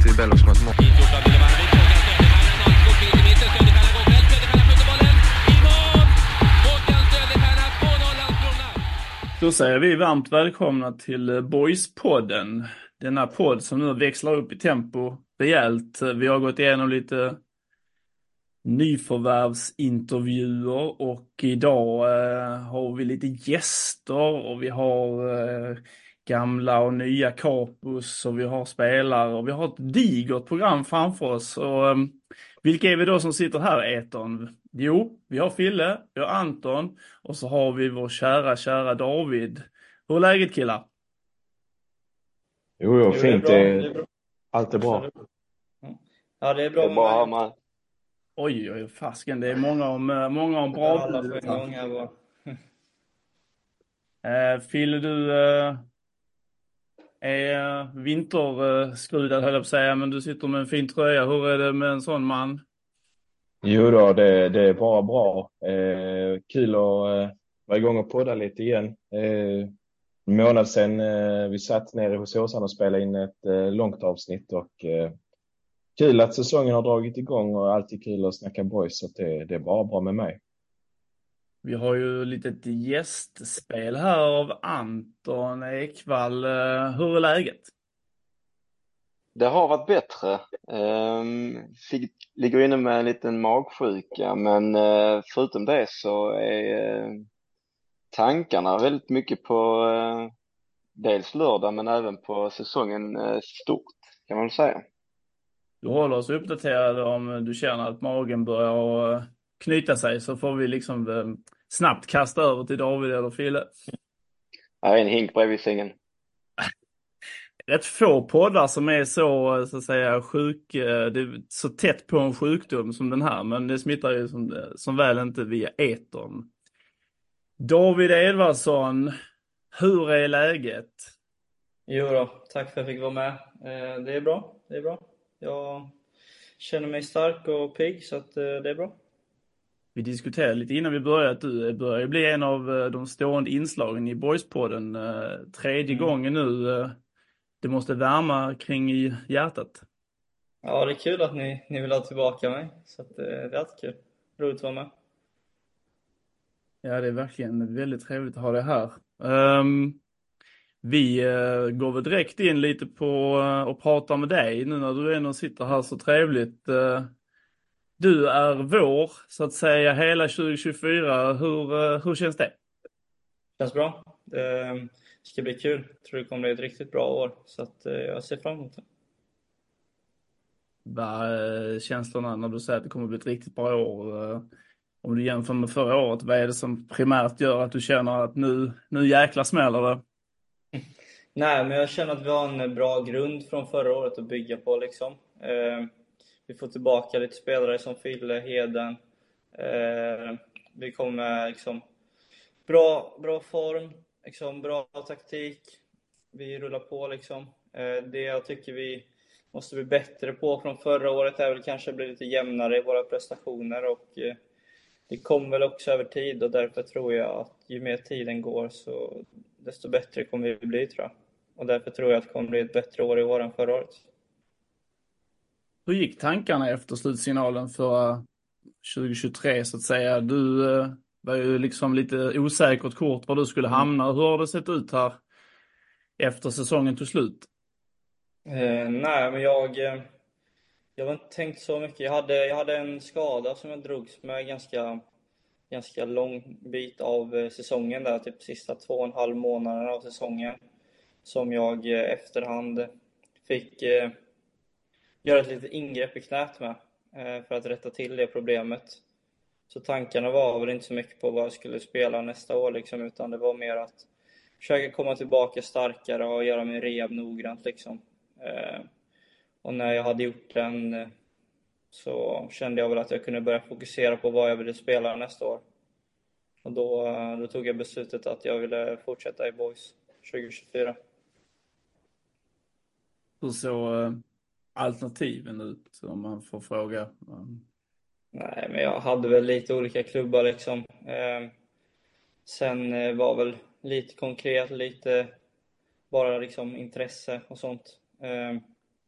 det är Bello som har ett mål. Då säger vi varmt välkomna till Boys-podden. Denna podd som nu växlar upp i tempo rejält. Vi har gått igenom lite nyförvärvsintervjuer och idag har vi lite gäster och vi har gamla och nya kapus och vi har spelare och vi har ett digert program framför oss. Och vilka är vi då som sitter här i etern? Jo, vi har Fille, vi har Anton och så har vi vår kära David. Hur är läget, killar? Jo, fint. Det är bra. Allt är bra. Ja, det är bra. Det är bara med. Oj, fasken, det är många om bra Alla bud på en här. gång här bara. Fille, du är vinterskrudad höll jag på att säga, men du sitter med en fin tröja. Hur är det med en sån man? Jo då, det är bara bra. Kul att vara igång och podda lite igen. En månad sedan vi satt nere hos Åsan och spelade in ett långt avsnitt och kul att säsongen har dragit igång och alltid kul att snacka boys, så det är bara bra med mig. Vi har ju lite ett gästspel här av Anton Ekvall. Hur är läget? Det har varit bättre. Ligger inne med en liten magsjuka, men förutom det så är tankarna väldigt mycket på dels lördag men även på säsongen stort, kan man säga. Du håller oss uppdaterade om du känner att magen börjar knyta sig, så får vi liksom snabbt kasta över till David eller Fille. Jag är en hink bredvid sängen. Rätt få poddar som är så att säga det är så tätt på en sjukdom som den här, men det smittar ju som väl inte via etern. David Edvardsson, hur är läget? Jo då, tack för att jag fick vara med. Det är bra. Jag känner mig stark och pigg, så att det är bra. Vi diskuterade lite innan vi började att du börjar bli en av de stående inslagen i Boys-podden. Tredje gången nu. Det måste värma kring i hjärtat. Ja, det är kul att ni vill ha tillbaka mig. Så att, det är alltid kul. Roligt att vara med. Ja, det är verkligen väldigt trevligt att ha det här. Vi går väl direkt in lite på och pratar med dig nu när du ändå sitter här så trevligt. Du är vår, så att säga, hela 2024. Hur känns det? Känns bra. Det ska bli kul. Jag tror det kommer bli ett riktigt bra år. Så att jag ser fram emot det. Vad är känslorna när du säger att det kommer bli ett riktigt bra år? Om du jämför med förra året, vad är det som primärt gör att du känner att nu jäkla smäller det? Nej, men jag känner att vi har en bra grund från förra året att bygga på liksom. Vi får tillbaka lite spelare som Fille, Heden. Vi kommer med liksom bra form, liksom bra taktik. Vi rullar på liksom. Det jag tycker vi måste bli bättre på från förra året är väl kanske bli lite jämnare i våra prestationer, och det kommer väl också över tid, och därför tror jag att ju mer tiden går så desto bättre kommer vi bli, tror jag. Och därför tror jag att det kommer bli ett bättre år i år än förra året. Hur gick tankarna efter slutsignalen för 2023 så att säga? Du var ju liksom lite osäkert kort var du skulle hamna. Hur har det sett ut här efter säsongen tog slut? Nej, men jag var inte tänkt så mycket. Jag hade en skada som jag drogs med ganska lång bit av säsongen där, typ sista 2,5 månaderna av säsongen, som jag efterhand fick göra ett litet ingrepp i knät med för att rätta till det problemet. Så tankarna var väl inte så mycket på vad jag skulle spela nästa år liksom, utan det var mer att försöka komma tillbaka starkare och göra min rehab noggrant liksom. Och när jag hade gjort den så kände jag väl att jag kunde börja fokusera på vad jag ville spela nästa år. Och då tog jag beslutet att jag ville fortsätta i Boys 2024. Hur såg alternativen ut, om man får fråga? Nej, men jag hade väl lite olika klubbar liksom. Sen var väl lite konkret, lite bara liksom intresse och sånt.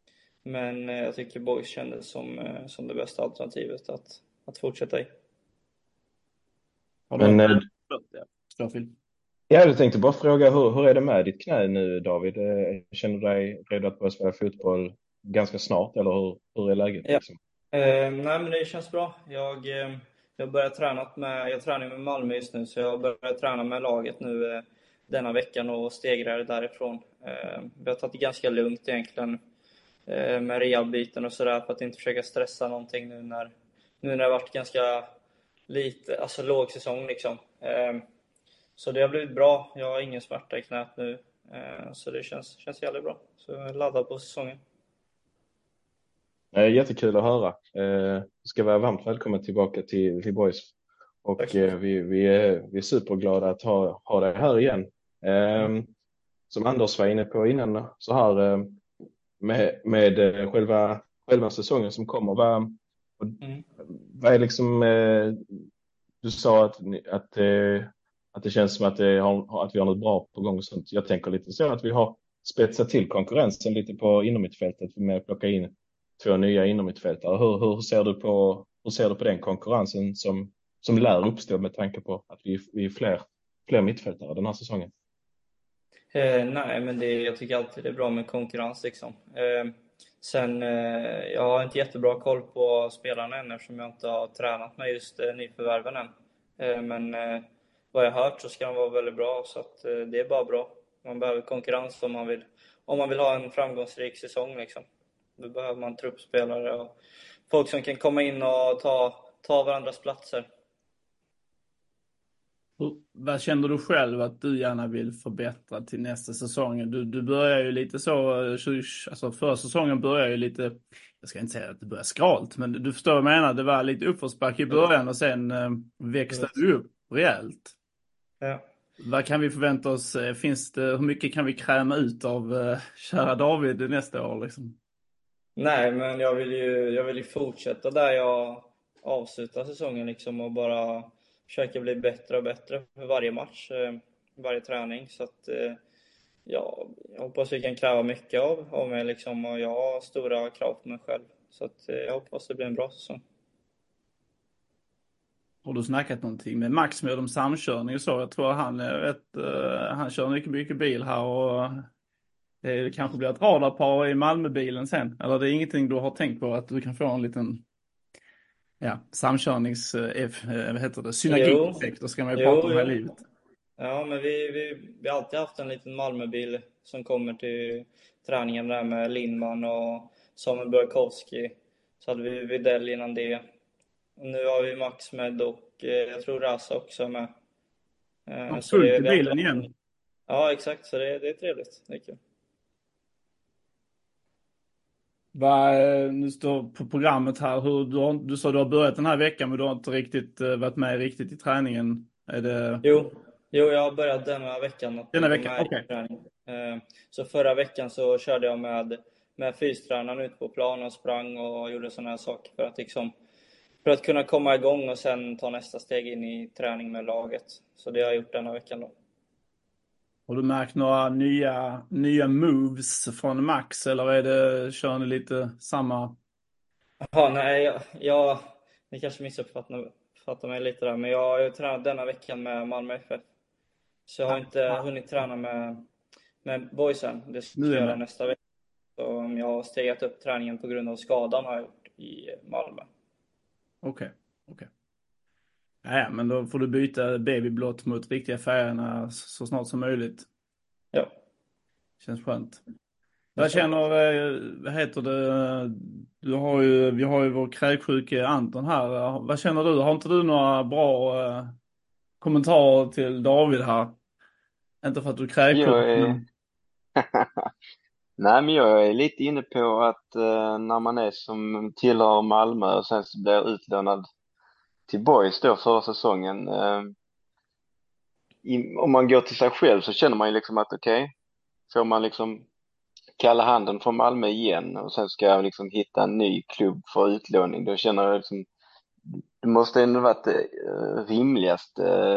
Men jag tycker Boys kändes som det bästa alternativet att fortsätta i. Har Men du Ståfil? jag tänkte bara fråga, hur är det med ditt knä nu, David? Känner du dig redo att börja spela fotboll ganska snart, eller hur är läget Ja. liksom? Nej, men det känns bra. Jag börjar jag tränar med Malmö just nu, så jag börjar träna med laget nu denna veckan och stegrar därifrån. Vi har tagit det ganska lugnt egentligen med rehabiten och sådär, för att inte försöka stressa någonting nu när det har varit ganska lite, alltså låg säsong liksom. Så det har blivit bra. Jag har ingen smärta i knät nu, så det känns jävligt bra. Så jag är laddad på säsongen. Jättekul att höra. Du ska vara varmt välkommen tillbaka till Boys. Och Tack. vi är superglada att ha dig här igen. Som Anders var inne på innan, så här med själva säsongen som kommer. Vad är liksom, du sa att det känns som att vi har något bra på gång och sånt. Jag tänker lite så att vi har spetsat till konkurrensen lite på innermittfältet med att plocka in 2 nya innermittfältare. Hur ser du på den konkurrensen som lär uppstå med tanke på att vi är fler mittfältare den här säsongen? Nej, men jag tycker alltid det är bra med konkurrens liksom. Sen, jag har inte jättebra koll på spelarna än, eftersom jag inte har tränat med just nyförvärven än. Men vad jag har hört så ska de vara väldigt bra, så att det är bara bra. Man behöver konkurrens om man vill ha en framgångsrik säsong liksom. Då behöver man truppspelare och folk som kan komma in och ta varandras platser. Vad känner du själv att du gärna vill förbättra till nästa säsong? Du börjar ju lite så, alltså förra säsongen börjar ju lite, jag ska inte säga att det börjar skralt, men du förstår vad jag menar, det var lite uppförsbacke i början och sen växte du upp rejält. Ja. Vad kan vi förvänta oss? Hur mycket kan vi kräma ut av kära David nästa år liksom? Nej, men jag vill ju fortsätta där jag avslutar säsongen liksom, och bara försöka bli bättre och bättre för varje match, varje träning. Så att jag hoppas vi kan kräva mycket av mig liksom, och jag har stora krav på mig själv. Så att jag hoppas det blir en bra säsong. Har du snackat någonting med Max med om samkörning och så? Jag tror han kör mycket bil här och det kanske blir ett radarpar i Malmöbilen sen. Eller det är ingenting du har tänkt på att du kan få en liten synergieffekt, då ska man ju prata om det här livet. Ja, men vi har alltid haft en liten Malmöbil som kommer till träningen där med Lindman och Samuel Burakovsky. Så hade vi Widell innan det. Och nu har vi Max med och jag tror Rasa också är med. Så fullt i bilen igen. Ja, exakt. Så det är trevligt. Det är kul. Nu står på programmet här, du sa du har börjat den här veckan, men du har inte riktigt varit med riktigt i träningen. Är det... Jo, jag har börjat denna veckan. Okej. Så förra veckan så körde jag med fystränaren ut på plan och sprang och gjorde sådana här saker för att kunna komma igång och sen ta nästa steg in i träning med laget. Så det har jag gjort denna veckan då. Har du märkt några nya moves från Max, eller kör ni lite samma? Ja, nej, ni kanske missuppfattar mig lite där, men jag har tränat denna veckan med Malmö FF. Så jag har inte hunnit träna med boysen. Det ska jag göra nästa vecka. Så jag har stegat upp träningen på grund av skadan har jag gjort i Malmö. Okej. Ja, men då får du byta babyblått mot riktiga färgerna så snart som möjligt. Ja. Känns skönt. Jag känner, vad heter det, vi har ju vår kräksjuke Anton här. Vad känner du? Har inte du några bra kommentarer till David här? Inte för att du är kräksjuk, men... Nej, men jag är lite inne på att när man är som tillhör Malmö och sen så blir utlånad till Boys då förra säsongen, om man går till sig själv så känner man ju liksom att okej, får man liksom kalla handen från Malmö igen och sen ska jag liksom hitta en ny klubb för utlåning, då känner jag liksom det måste ändå vara det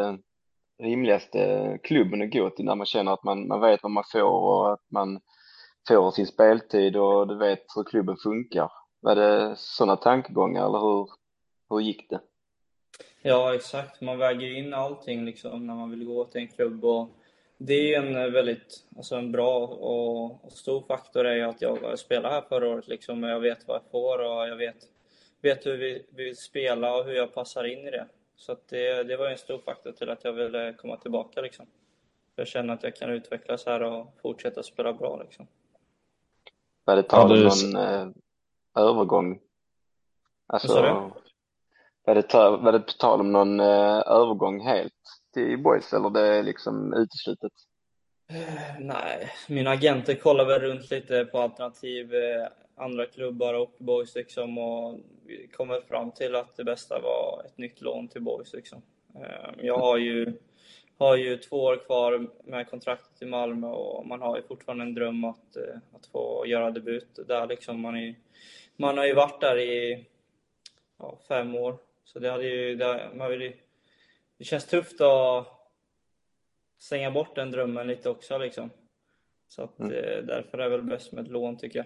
rimligaste klubben att gå till, när man känner att man vet vad man får och att man får sin speltid och du vet hur klubben funkar. Var det sådana tankegångar eller hur gick det? Ja, exakt. Man väger ju in allting liksom när man vill gå till en klubb. Och det är en väldigt, alltså en bra och stor faktor är ju att jag spelade här förra året liksom. Och jag vet vad jag får och jag vet hur vi vill spela och hur jag passar in i det. Så att det var en stor faktor till att jag ville komma tillbaka liksom. Jag känner att jag kan utvecklas här och fortsätta spela bra liksom. Var det Har tal om du, någon övergång? Vad sa du? Alltså, var det på tal om någon övergång helt till Boys eller det är liksom uteslutet? Nej, mina agenter kollar väl runt lite på alternativ, andra klubbar och Boys liksom, och vi kommer fram till att det bästa var ett nytt lån till Boys liksom. Jag har ju 2 år kvar med kontraktet i Malmö och man har ju fortfarande en dröm att få göra debut där liksom. Man har ju varit där i 5 år, så det hade ju, det känns tufft att stänga bort den drömmen lite också liksom. Så att därför är det väl bäst med ett lån tycker jag.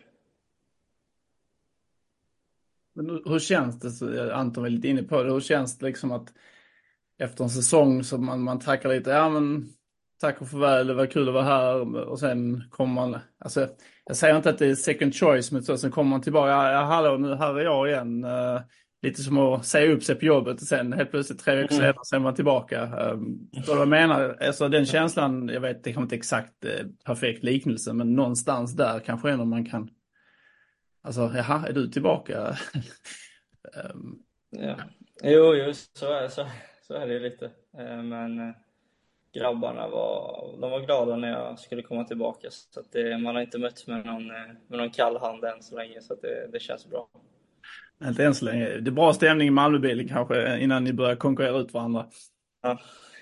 Men hur känns det, så Anton var lite inne på det, hur känns det liksom att efter en säsong så man tackar lite, ja men tack och farväl, det var kul att vara här, och sen kommer man, alltså jag säger inte att det är second choice, men så sen kommer man tillbaka, ja hallå nu här är jag igen, lite som att säga upp sig på jobbet och sen helt plötsligt 3 veckor senare sen är man tillbaka. Förstår du vad jag menar? Alltså den känslan, jag vet det kan inte exakt perfekt liknelse, men någonstans där kanske ändå man kan, alltså jaha, är du tillbaka? Ja. Jo, så är det ju lite. Men grabbarna de var glada när jag skulle komma tillbaka. Så att man har inte mött med någon kall hand än så länge, så att det känns bra. Inte än så länge. Det är bra stämning i Malmöbilen kanske innan ni börjar konkurrera ut varandra. Ja.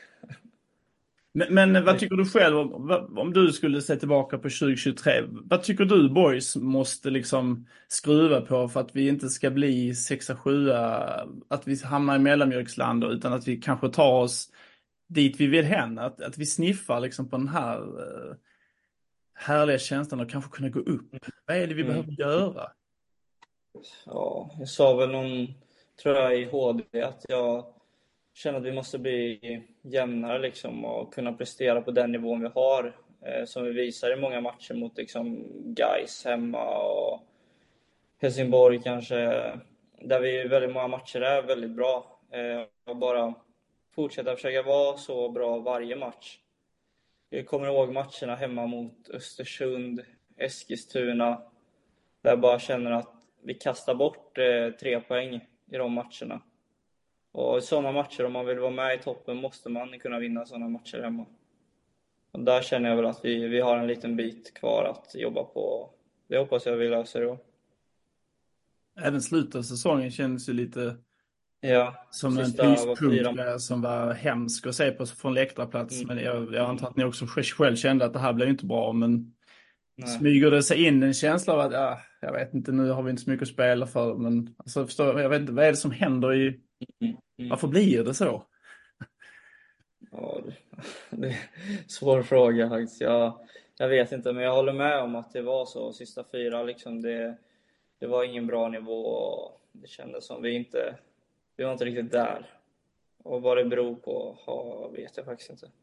Men vad tycker du själv om du skulle se tillbaka på 2023? Vad tycker du Boys måste liksom skruva på för att vi inte ska bli 6-7, att vi hamnar i mellanmjölksland, utan att vi kanske tar oss dit vi vill hän? Att vi sniffar liksom på den här härliga känslan och kanske kunna gå upp. Vad är det vi behöver göra? Ja, jag sa väl tror jag i HD, att jag känner att vi måste bli jämnare liksom och kunna prestera på den nivån vi har, som vi visar i många matcher mot liksom Gais hemma och Helsingborg kanske, där vi i väldigt många matcher är väldigt bra, och bara fortsätta försöka vara så bra varje match. Jag kommer ihåg matcherna hemma mot Östersund, Eskilstuna, där jag bara känner att vi kastar bort 3 poäng i de matcherna. Och i sådana matcher, om man vill vara med i toppen, måste man kunna vinna sådana matcher hemma. Och där känner jag väl att vi har en liten bit kvar att jobba på. Det hoppas jag vi löser då. Även slutet av säsongen känns ju lite som en sista var 4. pyspunkt som var hemsk att se på från läktarplats. Men jag antar att ni också själv kände att det här blev inte bra, men smyger det sig in en känsla av att jag vet inte, nu har vi inte så mycket att spela för, men alltså, jag vet inte, vad är det som händer varför blir det så? Ja, det är en svår fråga faktiskt. Jag vet inte, men jag håller med om att det var så. Sista 4 liksom, det var ingen bra nivå och det kändes som vi var inte riktigt där. Och vad det beror på vet jag faktiskt inte.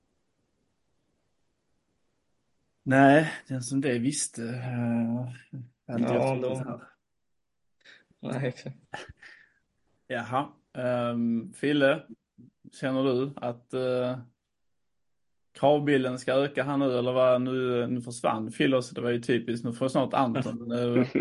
Nej, den som det visste hade jag Ja, trott här. Nej, exakt. Jaha. Fille, känner du att kravbilden ska öka här nu, eller vad? Nu försvann Fille, så det var ju typiskt. Nu får snart Anton.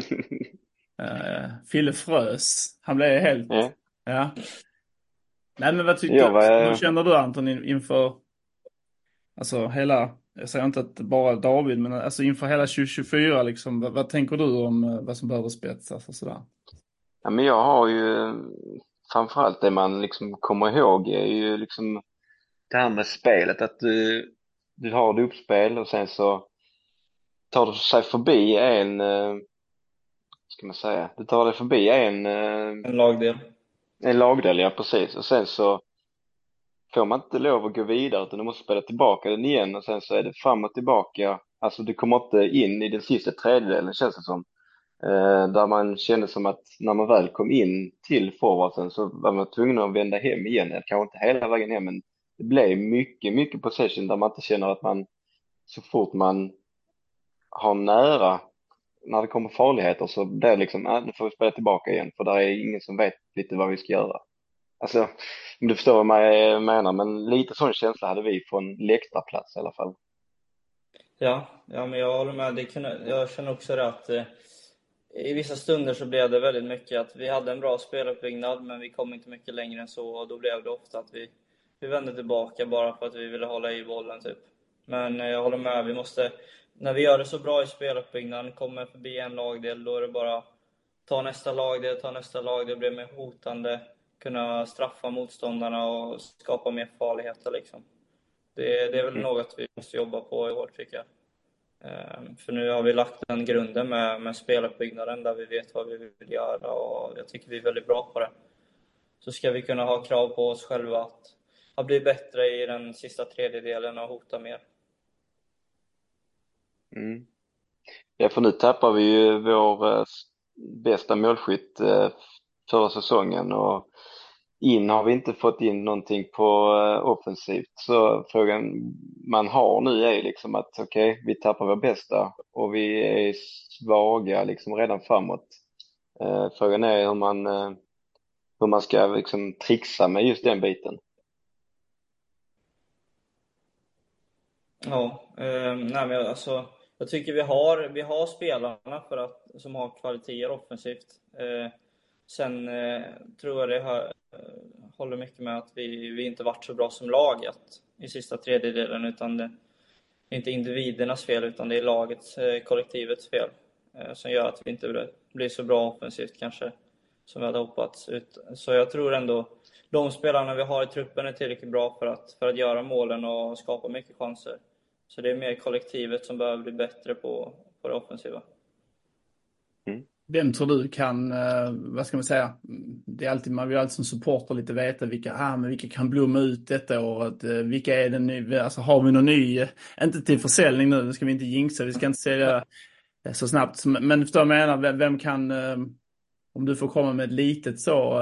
Fille frös. Han blev helt... Ja. Nej, men vad hur känner du Anton inför alltså hela, jag säger inte att bara David, men alltså inför hela 2024 liksom, vad tänker du om vad som behöver spetsas och sådär? Ja, men jag har ju framförallt det man liksom kommer ihåg är ju liksom det här med spelet, att du har ett uppspel och sen så tar du sig förbi ska man säga, du tar dig förbi en lagdel. En lagdel, ja precis, och sen så får man inte lov att gå vidare utan du måste spela tillbaka den igen och sen så är det fram och tillbaka. Alltså du kommer inte in i den sista tredjedelen känns det som. Där man kände som att när man väl kom in till forwardsen så var man tvungen att vända hem igen. Kanske inte hela vägen hem, men det blev mycket possession där man inte känner att man så fort man har nära, när det kommer farligheter så blir det liksom, nu får vi spela tillbaka igen för där är ingen som vet lite vad vi ska göra. Alltså, om du förstår vad jag menar, men lite sån känsla hade vi från läktarplats i alla fall. Ja, men jag håller med. Jag känner också det att i vissa stunder så blev det väldigt mycket att vi hade en bra speluppbyggnad men vi kom inte mycket längre än så, och då blev det ofta att vi vände tillbaka bara för att vi ville hålla i bollen typ. Men jag håller med, vi måste, när vi gör det så bra i speluppbyggnaden, kommer förbi en lagdel, då är det bara ta nästa lagdel, bli mer hotande, kunna straffa motståndarna och skapa mer farligheter liksom. Det är väl något vi måste jobba på i år tycker jag. För nu har vi lagt den grunden med speluppbyggnaden där vi vet vad vi vill göra, och jag tycker vi är väldigt bra på det. Så ska vi kunna ha krav på oss själva att bli bättre i den sista tredjedelen och hota mer. Ja, för nu tappar vi ju vår bästa målskytt förra säsongen och har vi inte fått in någonting på offensivt. Så frågan man har nu är liksom att okej, vi tappar vår bästa och vi är svaga liksom redan framåt. Frågan är hur man ska liksom trixa med just den biten. Ja, nej men alltså jag tycker vi har spelarna som har kvaliteter offensivt. Sen tror jag det håller mycket med att vi inte varit så bra som laget i sista tredjedelen, utan det är inte individernas fel utan det är lagets, kollektivets fel som gör att vi inte blir så bra offensivt kanske som vi hade hoppats ut. Så jag tror ändå de spelarna vi har i truppen är tillräckligt bra för att göra målen och skapa mycket chanser. Så det är mer kollektivet som behöver bli bättre på det offensiva. Vem tror du kan, vad ska man säga, man vill alltid som supporter lite veta vilka kan blomma ut detta året, vilka är det nu, alltså har vi någon ny, inte till försäljning nu ska vi inte jinxa, vi ska inte sälja så snabbt, men förstår jag menar, vem kan, om du får komma med ett litet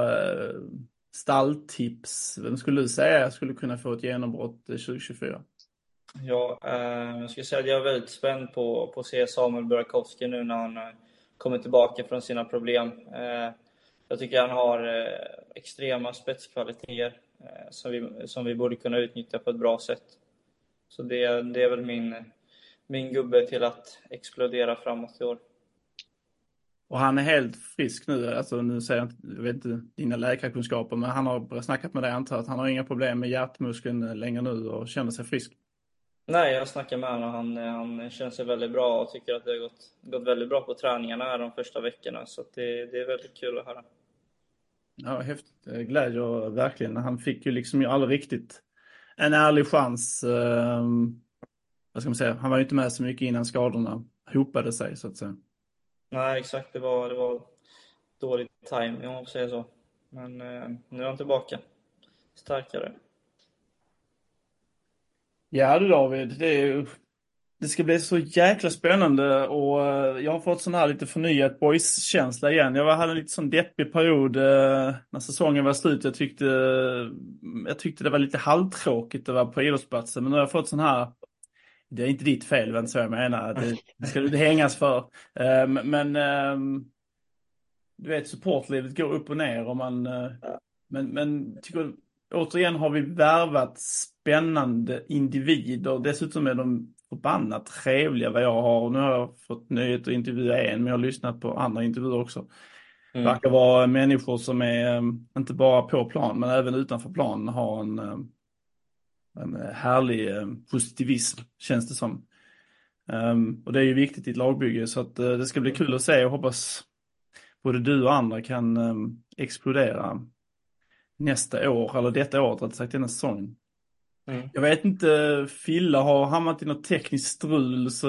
stalltips, vem skulle du säga skulle kunna få ett genombrott 2024? Ja, jag skulle säga att jag är väldigt spänd på att se Samuel Burakovsky nu när han kommer tillbaka från sina problem. Jag tycker han har extrema spetskvaliteter som vi borde kunna utnyttja på ett bra sätt. Så det är väl min gubbe till att explodera framåt i år. Och han är helt frisk nu, alltså nu säger jag vet inte dina läkarkunskaper, men han har snackat med dig, antar att han har inga problem med hjärtmuskeln längre nu och känner sig frisk. Nej, jag snackar med honom och han känner sig väldigt bra och tycker att det har gått väldigt bra på träningarna här de första veckorna. Så att det är väldigt kul att höra. Ja, häftigt. Glädjer verkligen. Han fick ju liksom aldrig riktigt en ärlig chans. Vad ska man säga? Han var ju inte med så mycket innan skadorna hopade sig så att säga. Nej, exakt. Det var dålig timing om man får säga så. Men nu är han tillbaka. Starkare. Ja du David, det ska bli så jäkla spännande och jag har fått sån här lite förnyat boys-känsla igen. Jag hade en lite sån deppig period när säsongen var slut. Jag tyckte det var lite halvtråkigt att vara på idrottsplatsen, men nu har jag fått sån här, det är inte ditt fel, vem så jag menar, det ska du inte hängas för. Men du vet, supportlivet går upp och ner och men tycker återigen har vi värvat spännande individer. Dessutom är de förbannat trevliga vad jag har. Och nu har jag fått nöjet att intervjua en, men jag har lyssnat på andra intervjuer också. Det verkar vara människor som är inte bara på plan, men även utanför plan har en härlig positivism, känns det som. Och det är ju viktigt i ett lagbygge, så att det ska bli kul att se och hoppas både du och andra kan explodera nästa år, eller detta året rätt sagt, denna säsongen. Jag vet inte, Filla har hamnat i något tekniskt strul så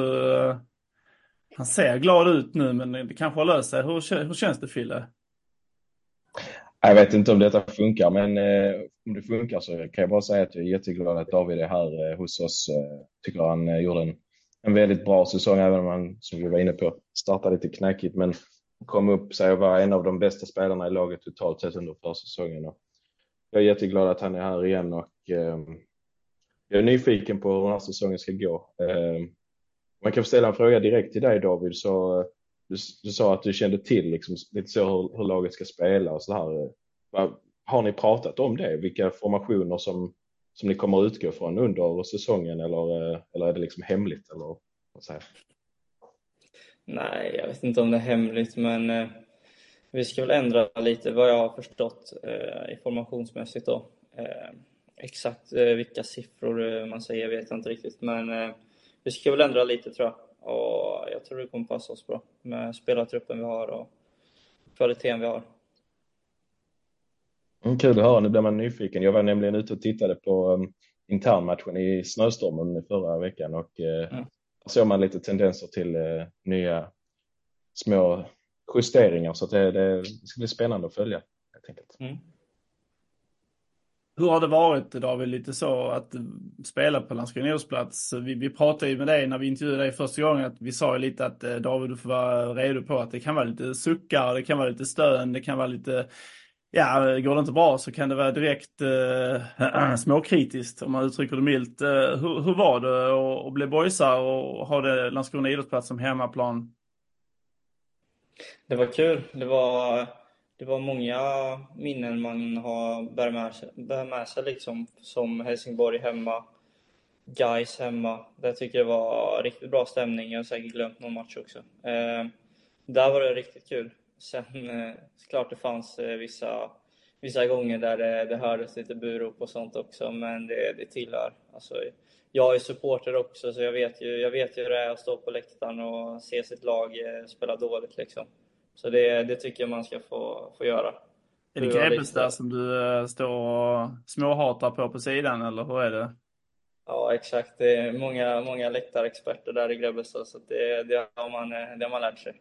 han ser glad ut nu, men det kanske har löst sig. Hur känns det, Fille? Jag vet inte om detta funkar, men om det funkar så kan jag bara säga att jag är jätteglad att David är här hos oss. Tycker han gjorde en väldigt bra säsong, även om han, som vi var inne på, startade lite knackigt, men kom upp sig och var en av de bästa spelarna i laget totalt sett under försäsongen. Och jag är jätteglad att han är här igen och jag är nyfiken på hur den här säsongen ska gå. Man kan ställa en fråga direkt till dig, David. Så du sa att du kände till liksom, lite så hur laget ska spela och så här. Har ni pratat om det? Vilka formationer som ni kommer att utgå från under säsongen, eller är det liksom hemligt? Eller vad säger? Nej, jag vet inte om det är hemligt, men vi ska väl ändra lite vad jag har förstått informationsmässigt då. Exakt vilka siffror man säger vet jag inte riktigt, men vi ska väl ändra lite tror jag. Och jag tror det kommer passa oss bra med spelartruppen vi har och kvaliteten vi har. Kul att höra, nu blir man nyfiken. Jag var nämligen ute och tittade på internmatchen i snöstormen förra veckan och såg man lite tendenser till nya små justeringar, så att det ska bli spännande att följa helt enkelt. Hur har det varit, David, lite så att spela på Landskrona idrottsplats? Vi pratade ju med dig när vi intervjuade dig första gången, att vi sa ju lite att David, du får vara redo på att det kan vara lite suckar, det kan vara lite stön, det kan vara lite, ja, går det inte bra så kan det vara direkt småkritiskt om man uttrycker det milt. Hur var det att bli boysar och ha det Landskrona idrottsplats som hemmaplan? Det var kul. Det var många minnen man har bär med sig liksom, som Helsingborg hemma, Gais hemma. Där tycker jag det var riktigt bra stämning. Jag har säkert glömt någon match också. Där var det riktigt kul. Sen klart det fanns vissa gånger där det hördes lite burop och sånt också, men det tillhör. Alltså, jag är supporter också, så jag vet ju hur det är att stå på läktaren och se sitt lag spela dåligt liksom. Så det tycker jag man ska få göra. Är det Grebbestad som du står och småhatar på sidan, eller hur är det? Ja, exakt. Det är många läktarexperter där i Grebbestad, så det har man lärt sig.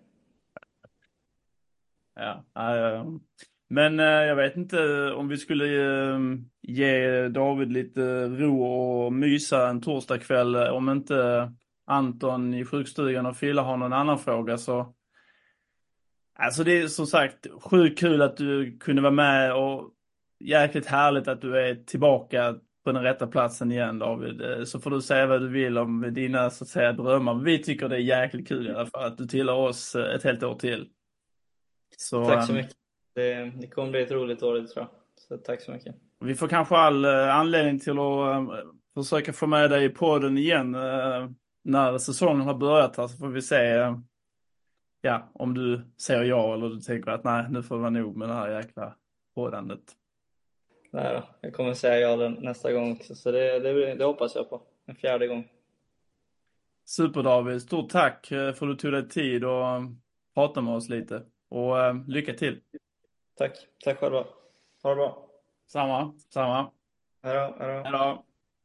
Ja, men jag vet inte om vi skulle ge David lite ro och mysa en torsdagkväll, om inte Anton i sjukstugan och Filla har någon annan fråga, så alltså det är som sagt sjukt kul att du kunde vara med och jäkligt härligt att du är tillbaka på den rätta platsen igen, David. Så får du säga vad du vill om dina, så att säga, drömmar. Vi tycker det är jäkligt kul i alla fall att du tillhör oss ett helt år till. Så, tack så mycket. Det kommer bli ett roligt år, det tror jag. Så tack så mycket. Vi får kanske all anledning till att försöka få med dig i podden igen när säsongen har börjat här, så får vi se om du säger ja eller du tänker att nej, nu får det vara nog med det här jäkla poddandet. Nej då, jag kommer säga ja nästa gång också, så det hoppas jag på. En fjärde gång. Super, David, stort tack för att du tog dig tid och prata med oss lite. Och lycka till. Tack själva. Ha det bra. Samma. Hej då.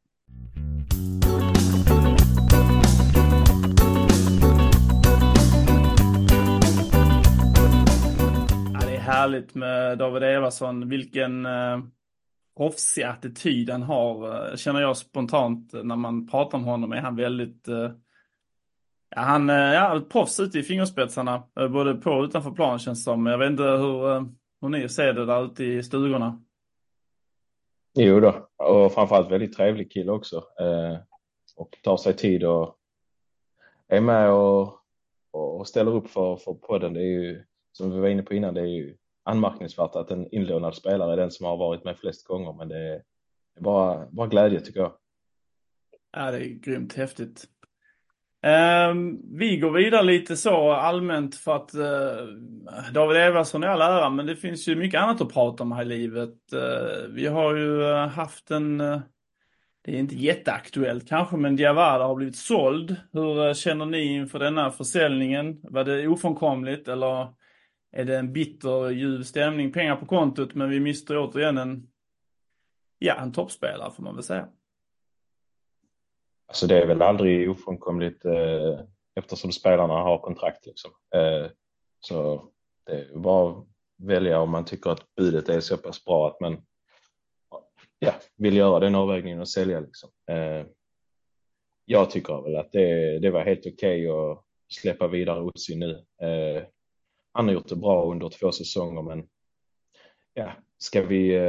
Det är härligt med David Everson. Vilken proffsig attityd han har. Känner jag spontant när man pratar om honom. Är han väldigt han är proffs ute i fingerspetsarna. Både på och utanför plan, känns som. Jag vet inte hur ni ser det där ute i stugorna. Jo då, och framförallt väldigt trevlig kille också. Och tar sig tid och är med och ställer upp för podden. Det är ju, som vi var inne på innan, det är ju anmärkningsvärt att en inlånad spelare är den som har varit med flest gånger. Men det är bara glädje, tycker jag. Ja, det är grymt häftigt. Vi går vidare lite så allmänt för att David Everson är all ära, men det finns ju mycket annat att prata om här i livet. Vi har ju haft det är inte jätteaktuellt kanske, men Diawara har blivit såld. Hur känner ni inför denna försäljningen? Var det ofrånkomligt eller är det en bitter ljuv stämning? Pengar på kontot, men vi mister återigen en toppspelare, får man väl säga. Alltså det är väl aldrig ofrånkomligt eftersom spelarna har kontrakt liksom. Så det är bara välja om man tycker att budet är så pass bra att man vill göra den avvägningen och sälja liksom. Jag tycker väl att det var helt okej att släppa vidare Ussi nu. Han har gjort det bra under 2 säsonger, men ska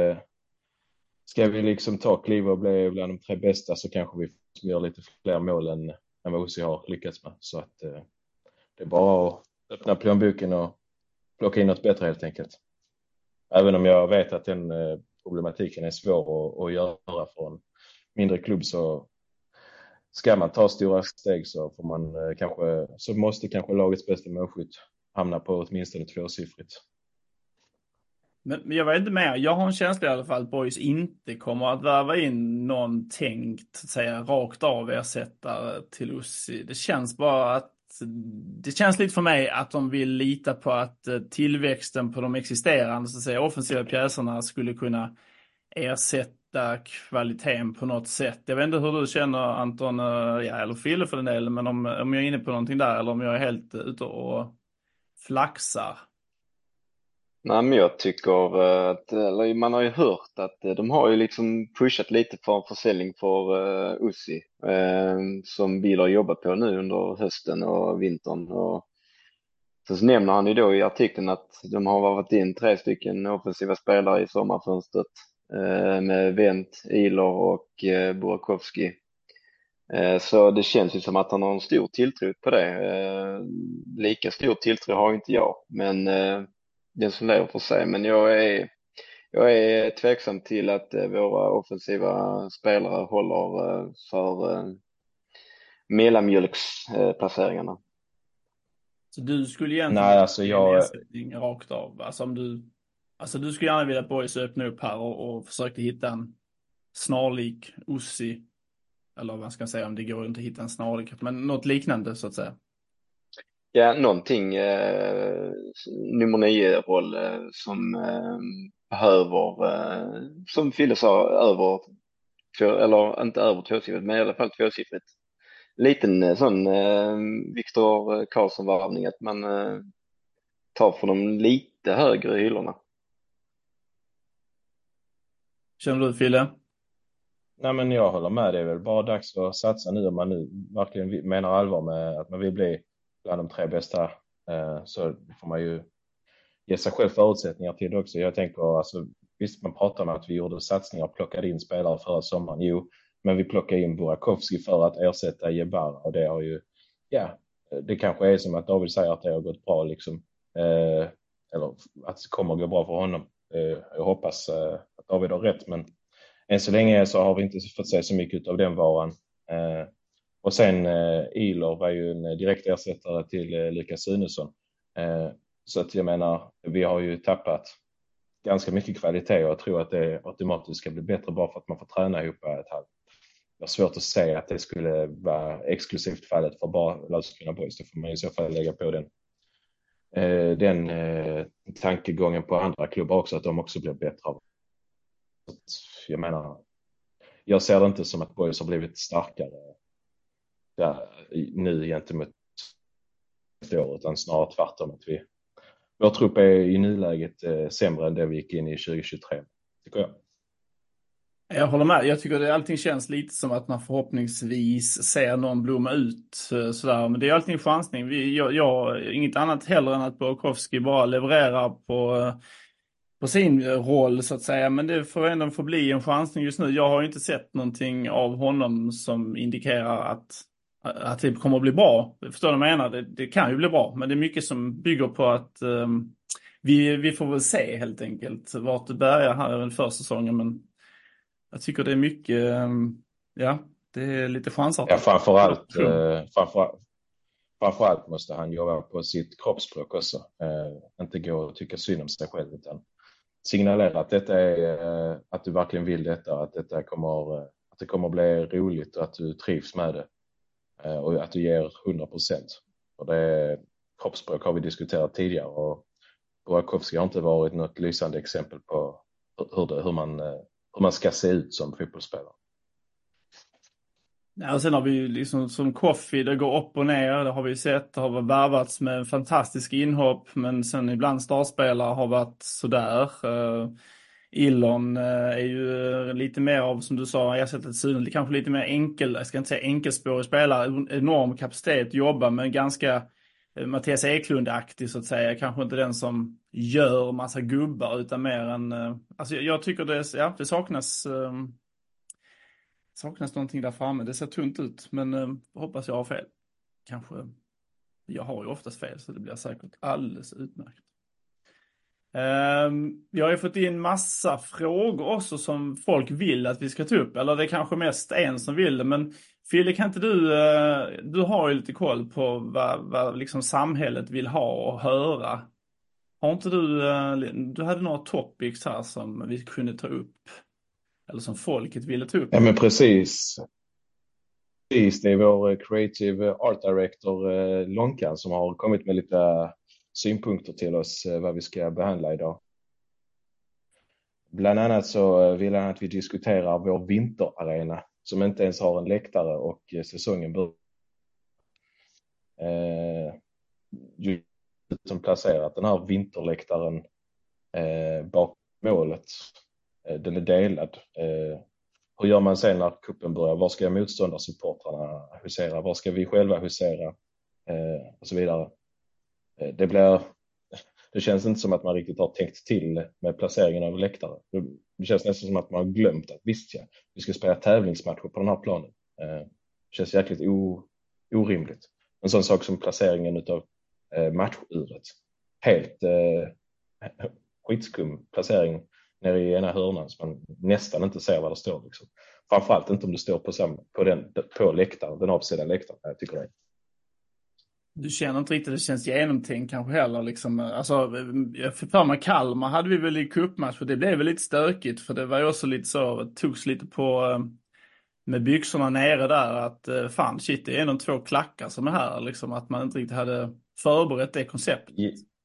vi liksom ta kliv och bli bland de 3 bästa, så kanske vi gör lite fler mål än vad Ussi har lyckats med. Så att det är bara att öppna plånboken och plocka in något bättre helt enkelt. Även om jag vet att den problematiken är svår att göra för en mindre klubb, så ska man ta stora steg så får man måste kanske lagets bästa målskytt hamna på åtminstone 2-siffrigt. Men jag vet inte mer. Jag har en känsla i alla fall att Boys inte kommer att värva in någon tänkt, så att säga, rakt av ersättare till Ussi. Det känns bara att det känns lite för mig att de vill lita på att tillväxten på de existerande, så att säga, offensiva pjäserna skulle kunna ersätta kvaliteten på något sätt. Jag vet inte hur du känner, Anton, eller Fille för den delen, men om jag är inne på någonting där eller om jag är helt ute och flaxar. Nej, men jag tycker att, eller man har ju hört att de har ju liksom pushat lite för en försäljning för Ussi som Bill har jobbat på nu under hösten och vintern. Och så nämner han ju då i artikeln att de har varit in 3 stycken offensiva spelare i sommarfönstret med Wendt, Ilor och Burakovsky. Så det känns ju som att han har en stor tilltro på det. Lika stor tilltro har inte jag, men den som lever för sig. Men jag är tveksam till att våra offensiva spelare håller för mellanmjölksplaceringarna. Så du skulle egentligen en ersättning rakt av? Alltså du skulle gärna vilja att Boys öppna upp här och försökte hitta en snarlik Ussi, eller vad ska jag säga, om det går inte att hitta en snarlik, men något liknande så att säga. Ja, någonting nummer 9-roll som behöver, som Fille sa, eller inte över 2-siffrigt, men i alla fall 2-siffrigt. Liten sån Viktor Karlsson-varvning, att man tar för de lite högre hyllorna. Känner du, Fille? Nej, men jag håller med. Det är väl bara dags att satsa nu om man nu verkligen menar allvar med att man vill bli bland de 3 bästa. Så får man ju ge sig själv förutsättningar till det också. Jag tänker, alltså, visst, man pratar om att vi gjorde satsningar och plockade in spelare förra sommaren. Jo, men vi plockade in Burakovsky för att ersätta Jebara, och det har ju, det kanske är som att David säger att det har gått bra liksom. Eller att det kommer att gå bra för honom. Jag hoppas att David har rätt, men än så länge så har vi inte fått se så mycket av den varan. Och sen Ilor var ju en direkt ersättare till Lukas Sunesson. Så att jag menar, vi har ju tappat ganska mycket kvalitet, och jag tror att det automatiskt ska bli bättre bara för att man får träna ihop ett halvt. Jag har svårt att säga att det skulle vara exklusivt fallet för bara Landskrona Boys. Då får man i så fall lägga på den tankegången på andra klubbar också, att de också blir bättre av. Jag menar, jag ser det inte som att Boys har blivit starkare nu gentemot ett år, utan snarare tvärtom, att vår trupp är i nuläget sämre än det vi gick in i 2023, tycker jag. Jag håller med. Jag tycker att allting känns lite som att man förhoppningsvis ser någon blomma ut sådär. Men det är alltid en chansning. Jag inget annat heller än att Burakovsky bara levererar på sin roll så att säga. Men det får ändå få bli en chansning just nu. Jag har inte sett någonting av honom som indikerar att det kommer att bli bra. Förstår du vad jag menar? Det kan ju bli bra. Men det är mycket som bygger på att vi får väl se helt enkelt vart det börjar här den första säsongen. Men jag tycker det är mycket, det är lite chansartat. Ja, framförallt måste han jobba på sitt kroppsspråk också. Inte gå och tycka synd om sig själv, utan signalera att detta är, att du verkligen vill detta, att detta att det kommer att bli roligt och att du trivs med det. Och att du ger 100%. Och det kroppsspråk har vi diskuterat tidigare, och Burakovsky har inte varit något lysande exempel på hur man ska se ut som fotbollsspelare. Ja, och sen har vi ju liksom som Coffee, det går upp och ner, det har vi sett, det har värvats med fantastisk inhopp, men sen ibland startspelare har varit sådär. Illon är ju lite mer av, som du sa, ersättet Sune, kanske lite mer enkel, jag ska inte säga enkelspårig spelare, enorm kapacitet, jobba med ganska Mattias Eklund-aktig så att säga, kanske inte den som gör massa gubbar utan mer än, alltså jag tycker det saknas någonting där framme. Det ser tunt ut, men hoppas jag har fel. Kanske, jag har ju oftast fel så det blir säkert alldeles utmärkt. Jag har ju fått in massa frågor också som folk vill att vi ska ta upp. Eller det är kanske mest en som vill det. Men Fille, kan inte du har ju lite koll på vad liksom samhället vill ha och höra. Har inte du hade några topics här som vi kunde ta upp? Eller som folket ville ta upp? Ja, men precis. Det är vår creative art director Lonkan som har kommit med lite synpunkter till oss vad vi ska behandla idag. Bland annat så vill han att vi diskuterar vår vinterarena som inte ens har en läktare och säsongen börjar. Som placerat den här vinterläktaren bak målet. Den är delad. Hur gör man sen när kuppen börjar? Var ska motståndarsupportrarna husera? Var ska vi själva husera? Och så vidare. Det känns inte som att man riktigt har tänkt till med placeringen av läktare. Det känns nästan som att man har glömt att visst ja, vi ska spela tävlingsmatcher på den här planen. Det känns jäkligt orimligt. En sån sak som placeringen av matchuret. Helt skitskum placering nere i ena hörnan så man nästan inte ser vad det står. Liksom. Framförallt inte om det står på läktaren, den avsedda läktaren. Jag tycker det. Du känner inte riktigt, det känns genomtänkt kanske heller. Liksom. Alltså, för mig Kalmar hade vi väl i cupmatch och det blev väl lite stökigt för det var ju också lite så, togs lite på med byxorna nere där att fan shit, det är nog 2 klackar som är här. Liksom, att man inte riktigt hade förberett det konceptet.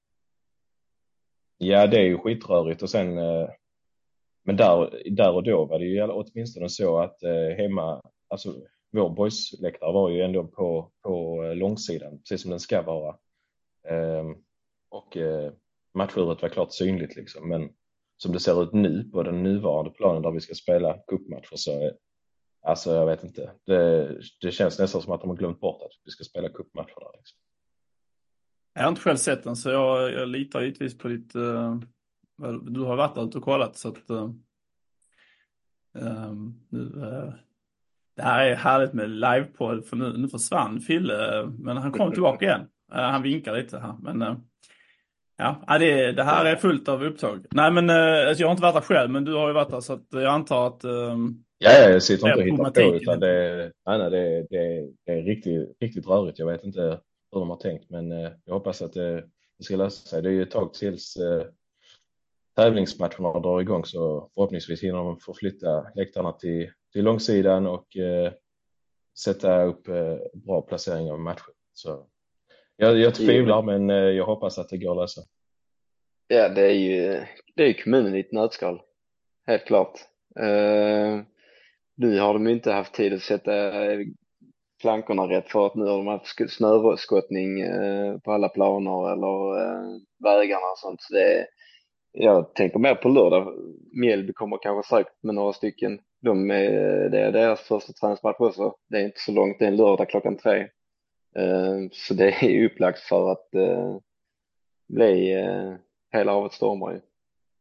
Ja, det är ju skitrörigt och sen men där och då var det ju åtminstone så att hemma, alltså vår boysläktare var ju ändå på långsidan, precis som den ska vara. Och matchuret var klart synligt liksom, men som det ser ut nu på den nuvarande planen där vi ska spela cupmatcher så alltså jag vet inte, det känns nästan som att de har glömt bort att vi ska spela cupmatcher där liksom. Jag har inte själv sett den så jag litar givetvis på ditt du har varit ute och kollat så att det här är härligt med livepodd för nu försvann Fille men han kom tillbaka igen. Han vinkar lite här men ja, det här är fullt av upptag. Nej men alltså, jag har inte varit där själv men du har ju varit där så att jag antar att jag sitter inte och hittar på utan det är riktigt rörigt. Jag vet inte hur de har tänkt men jag hoppas att det ska lösa sig. Det är ju ett tag tills tävlingsmatcherna drar igång så förhoppningsvis hinner de förflytta läktarna till långsidan och sätta upp bra placering av matcher. Så jag tvivlar men jag hoppas att det går att lösa. Ja, det är ju kommunen i ett nötskal. Helt klart. Nu har de inte haft tid att sätta plankorna rätt för att nu har de haft snöskottning på alla planer eller vägarna och sånt. Så jag tänker mer på lördag. Mjällby kommer kanske säkert med några stycken. Det är deras första träningsmatch också. Det är inte så långt, det är en lördag 3:00. Så det är upplagt för att bli hela havet stormar ju.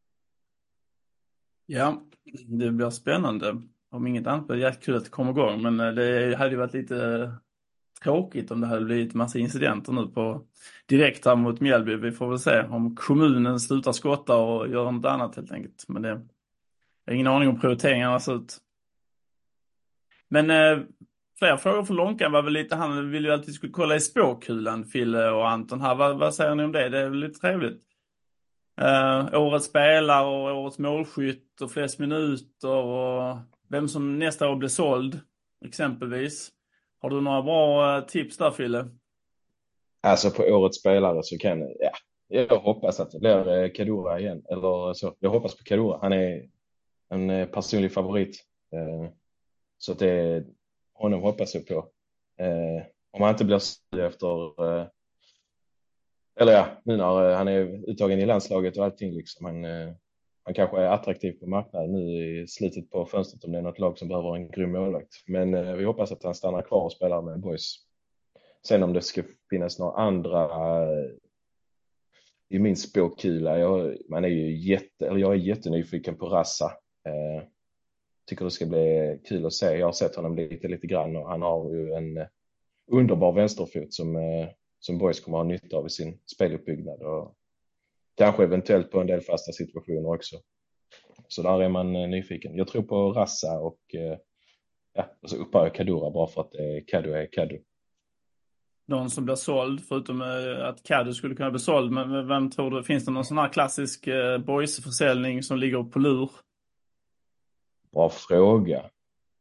ja, det blir spännande. Om inget annat blir det jättekul att det kommer igång men det hade ju varit lite tråkigt om det hade blivit massa incidenter nu på direkt här mot Mjällby. Vi får väl se om kommunen slutar skotta och gör något annat helt enkelt. Men det är ingen aning om prioriteringarna ser ut. Men fler frågor för Lonkan var väl lite, han ville ju alltid skulle kolla i spåkulan, Fille och Anton här. Vad säger ni om det? Det är väl lite trevligt. Årets spelare och årets målskytt och flest minuter och vem som nästa år blir såld exempelvis. Har du några bra tips där, Fille? Alltså på årets spelare så kan jag hoppas att det blir Kadura igen. Eller så. Jag hoppas på Kadura. Han är en personlig favorit. Så det honom hoppas jag på. Om han inte blir så efter eller ja, nu när han är uttagen i landslaget och allting liksom. Han kanske är attraktiv på marknaden nu i slutet på fönstret om det är något lag som behöver en grym målvakt. Men vi hoppas att han stannar kvar och spelar med boys. Sen om det ska finnas några andra i min spåkula. Jag är jättenyfiken på Rassa. Tycker det ska bli kul att se. Jag har sett honom lite grann och han har ju en underbar vänsterfot som boys kommer att ha nytta av i sin speluppbyggnad och kanske eventuellt på en del fasta situationer också. Så där är man nyfiken. Jag tror på Rassa och så uppar jag Kadura bara för att Kadu är Kadu. Någon som blir såld, förutom att Kadu skulle kunna bli såld, men vem tror du, finns det någon sån här klassisk boys-försäljning som ligger på lur? Bra fråga.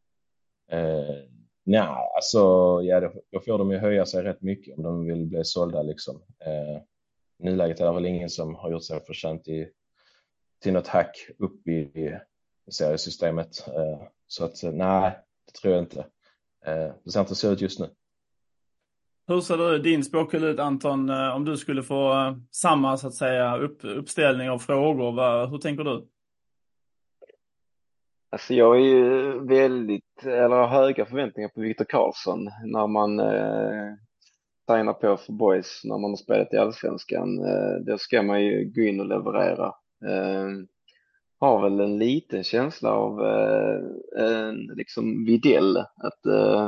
Nej, alltså då får de ju höja sig rätt mycket om de vill bli sålda liksom. Nuläget är det väl ingen som har gjort sig förtjänt till något hack upp i seriesystemet. Så att nej, det tror jag inte. Det ser inte så ut just nu. Hur ser din spåkula ut, Anton, om du skulle få samma så att säga uppställning av frågor? Hur tänker du? Alltså jag är ju har höga förväntningar på Viktor Karlsson när man signar på för boys när man har spelat i Allsvenskan. Då ska man ju gå in och leverera. Har väl en liten känsla av liksom Widell att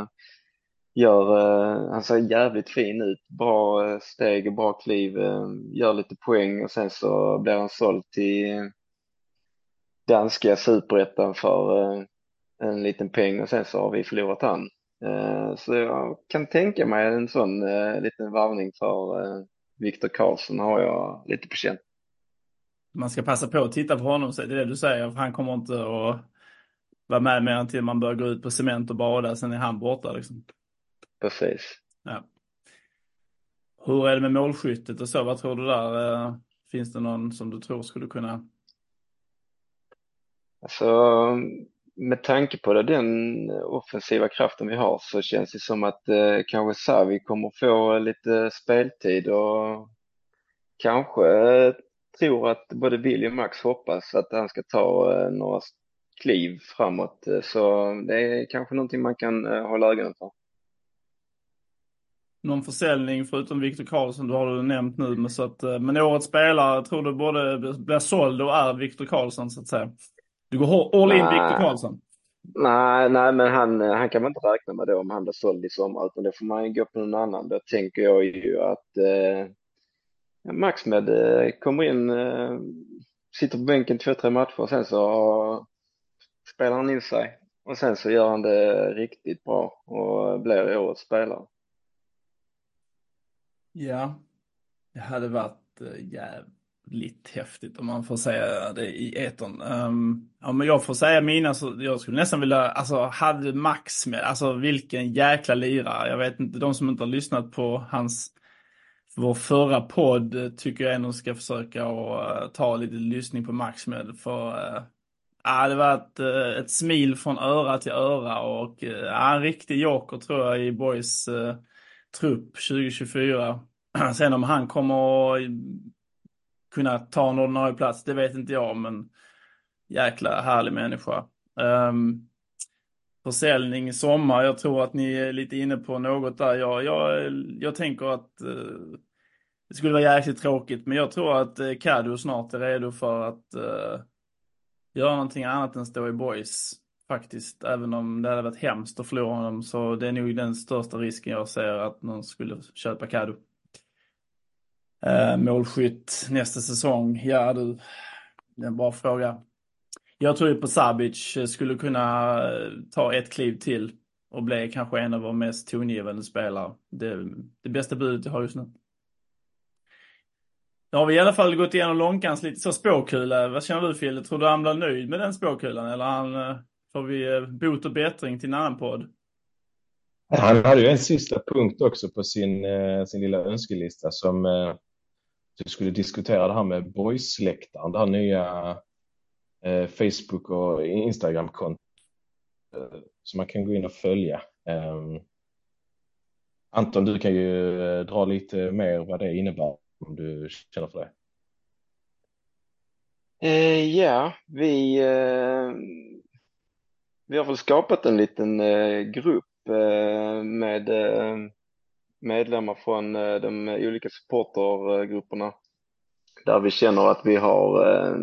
han ser jävligt fin ut, bra steg och bra kliv, gör lite poäng och sen så blir han såld till danska superettan för en liten peng och sen så har vi förlorat han. Så jag kan tänka mig en sån liten varvning för Viktor Karlsson har jag lite på känn. Man ska passa på att titta på honom, så det är det du säger, för han kommer inte att vara med mer än till man börjar gå ut på cement och bada, sen är han borta liksom. Precis. Ja. Hur är det med målskyttet och så? Vad tror du där? Finns det någon som du tror skulle kunna? Alltså, med tanke på den offensiva kraften vi har så känns det som att kanske Savi kommer få lite speltid och kanske tror att både Billy och Max hoppas att han ska ta några kliv framåt. Så det är kanske någonting man kan hålla ögonen på. Någon försäljning förutom Viktor Karlsson, du har du nämnt nu, men årets spelare tror du både blir såld och är Viktor Karlsson så att säga? Du går all in Viktor Karlsson? Nej, men han kan man inte räkna med då om han blir såld i sommar, utan det får man ju gå på någon annan. Då tänker jag ju att Maxmed kommer in, sitter på bänken 2-3 matcher och sen så spelar han in sig och sen så gör han det riktigt bra och blir årets spelare. Ja, det hade varit jävligt häftigt om man får säga det i etern. Ja, men jag får säga mina, så jag skulle nästan vilja, alltså hade Max med, alltså vilken jäkla lirare. Jag vet inte, de som inte har lyssnat på vår förra podd tycker jag ändå ska försöka och ta lite lyssning på Max med, för det var ett smil från öra till öra och en riktig joker tror jag i boys trupp 2024. Sen om han kommer att kunna ta en ordinarie plats, det vet inte jag, men jäkla härlig människa. Försäljning i sommar, jag tror att ni är lite inne på något där. Jag tänker att det skulle vara jäkligt tråkigt, men jag tror att Kadu snart är redo för att göra någonting annat än stå i boys. Faktiskt, även om det hade varit hemskt att förlora honom, så det är nog den största risken jag ser att någon skulle köpa Kadu. Målskytt nästa säsong, det är en bra fråga. Jag tror ju på Sabic skulle kunna ta ett kliv till och bli kanske en av våra mest tongivande spelare. Det bästa budet jag har just nu. Då har vi i alla fall gått igenom Långkans lite så spåkula. Vad känner du, Fille? Tror du han blir nöjd med den spåkulan, eller får vi bot och bättring till en annan podd? Han hade ju en sista punkt också på sin lilla önskelista som vi skulle diskutera, det här med boys-läktaren, det här nya Facebook och Instagram-konto som man kan gå in och följa. Anton, du kan ju dra lite mer vad det innebär om du känner för det. Ja, vi har väl skapat en liten grupp med medlemmar från de olika supportergrupperna där vi känner att vi har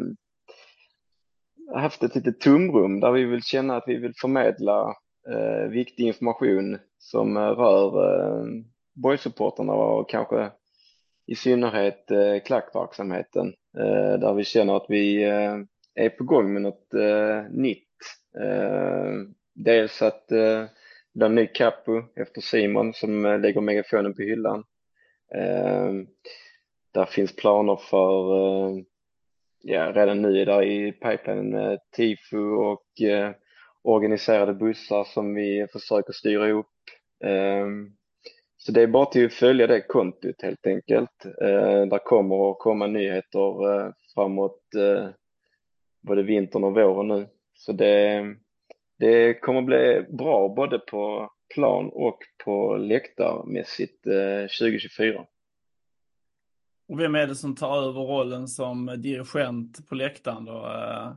haft ett litet tomrum där vi vill känna att vi vill förmedla viktig information som rör boysupporterna och kanske i synnerhet klackverksamheten, där vi känner att vi är på gång med något nytt. Dels att det blir en ny capo efter Simon som lägger megafonen på hyllan. Där finns planer för redan nu är där i pipeline med tifo och organiserade bussar som vi försöker styra ihop. Så det är bara till att följa det kontot helt enkelt. Där kommer att komma nyheter framåt både vintern och våren nu. Så det kommer bli bra både på plan och på läktarmässigt 2024. Och vem är det som tar över rollen som dirigent på läktaren då?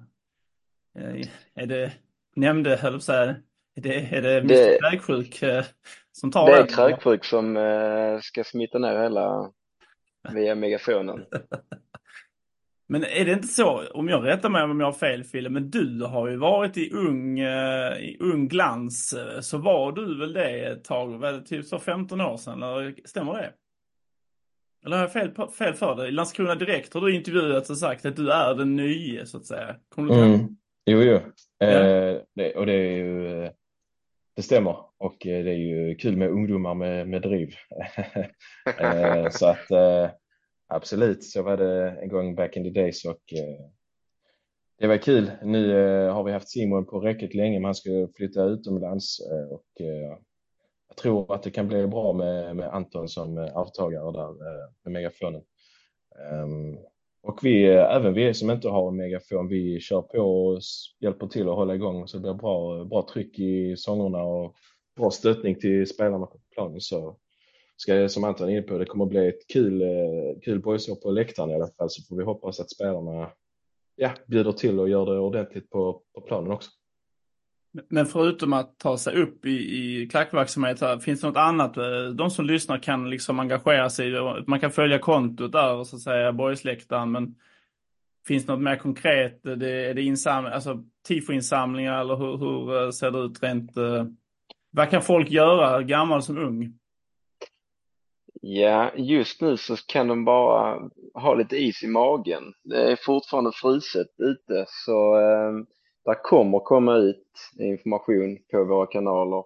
Är det, höll jag på att är det Mr. Kräksjuk som tar det? Det är den? Kräksjuk som ska smitta ner hela via megafonen. Men är det inte så, om jag rättar mig om jag har fel, Fille, men du har ju varit i ung glans, så var du väl det ett tag, var det typ så 15 år sedan, eller stämmer det? Eller har jag fel för dig? I Landskrona Direkt har du intervjuat och sagt att du är den nye, så att säga. Kommer du ihåg? Jo. Ja. Och det är ju, det stämmer. Och det är ju kul med ungdomar med driv. Så att absolut, så var det en gång back in the days och det var kul. Nu har vi haft Simon på räcket länge, men han ska flytta utomlands och jag tror att det kan bli bra med Anton som avtagare där med megafonen. Och även vi som inte har en megafon, vi kör på och hjälper till att hålla igång så det blir bra tryck i sångerna och bra stöttning till spelarna på planen. Så som Anton är inne på, det kommer att bli ett kul boysår på läktaren i alla fall, så får vi hoppas att spelarna bjuder till och gör det ordentligt på planen också. Men förutom att ta sig upp i klackverksamhet, finns det något annat? De som lyssnar kan liksom engagera sig, man kan följa kontot där, så att säga, boysläktaren, men finns det något mer konkret? Är det alltså tifo-insamlingar, eller hur ser det ut rent? Vad kan folk göra, gammal som ung? Ja, just nu så kan de bara ha lite is i magen. Det är fortfarande fruset ute, så där kommer komma ut information på våra kanaler.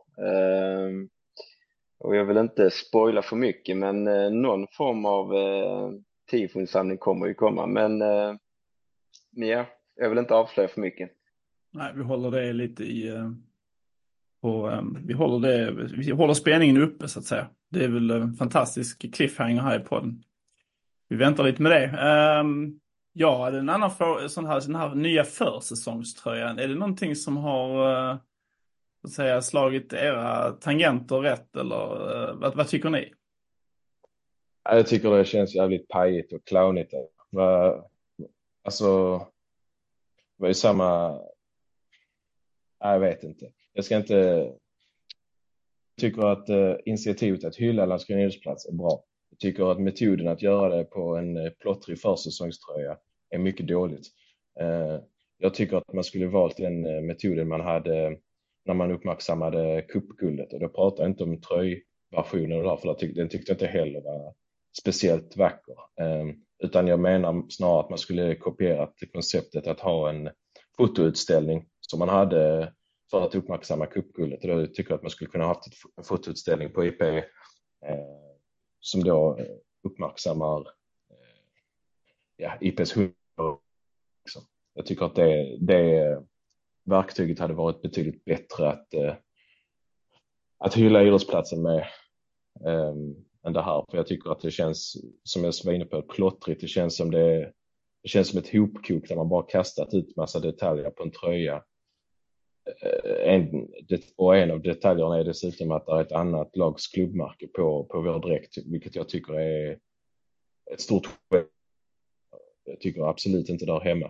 Och jag vill inte spoila för mycket, men någon form av tifo-insamling kommer ju komma. Men ja, jag vill inte avslöja för mycket. Nej, vi håller det lite vi håller spänningen uppe, så att säga. Det är väl en fantastisk cliffhanger här i podden. Vi väntar lite med det. Ja, det är en annan sån här nya försäsongströjan. Är det någonting som har så att säga slagit era tangenter rätt, eller vad tycker ni? Jag tycker det känns jävligt pajigt och clownigt. Alltså, det var ju samma. Jag vet inte. Jag tycker att initiativet att hylla Landskrona idrottsplats är bra. Jag tycker att metoden att göra det på en plottrig försäsongströja är mycket dåligt. Jag tycker att man skulle valt den metoden man hade när man uppmärksammade cupguldet. Och då pratar jag inte om tröjversionen och därför den tyckte jag inte heller var speciellt vacker. Utan jag menar snarare att man skulle kopiera konceptet att ha en fotoutställning som man hade för att uppmärksamma cupguldet. Och då tycker jag att man skulle kunna ha haft en fotoutställning på IP som då uppmärksammar IPs 100. Jag tycker att det verktyget hade varit betydligt bättre att hylla idrottsplatsen med än det här. För jag tycker att det känns, som jag var inne på, plottrigt. Det känns som ett hopkok där man bara kastat ut massa detaljer på en tröja. en av detaljerna är dessutom att det är ett annat lags klubbmärke på vår dräkt, vilket jag tycker är ett stort skäl. Jag tycker absolut inte där hemma.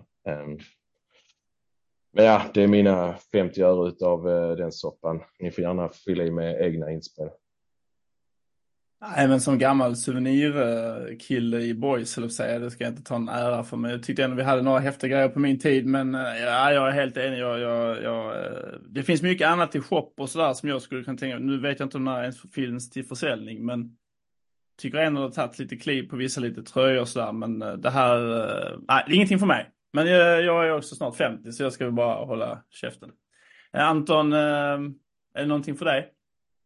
Men ja, det är mina 50 öre utav den soppan. Ni får gärna fylla i med egna inspel. Nej, men som gammal souvenirkille i Boys, eller säga, det ska jag inte ta en ära för mig. Jag tyckte ändå vi hade några häftiga grejer på min tid, men ja, jag är helt enig. Det finns mycket annat i shop och sådär som jag skulle kunna tänka. Nu vet jag inte om det ens finns till försäljning, men tycker ändå att det har tagit lite kliv på vissa lite tröjor och sådär, men det här, nej, det är ingenting för mig. Men jag är också snart 50, så jag ska väl bara hålla käften. Anton, är det någonting för dig?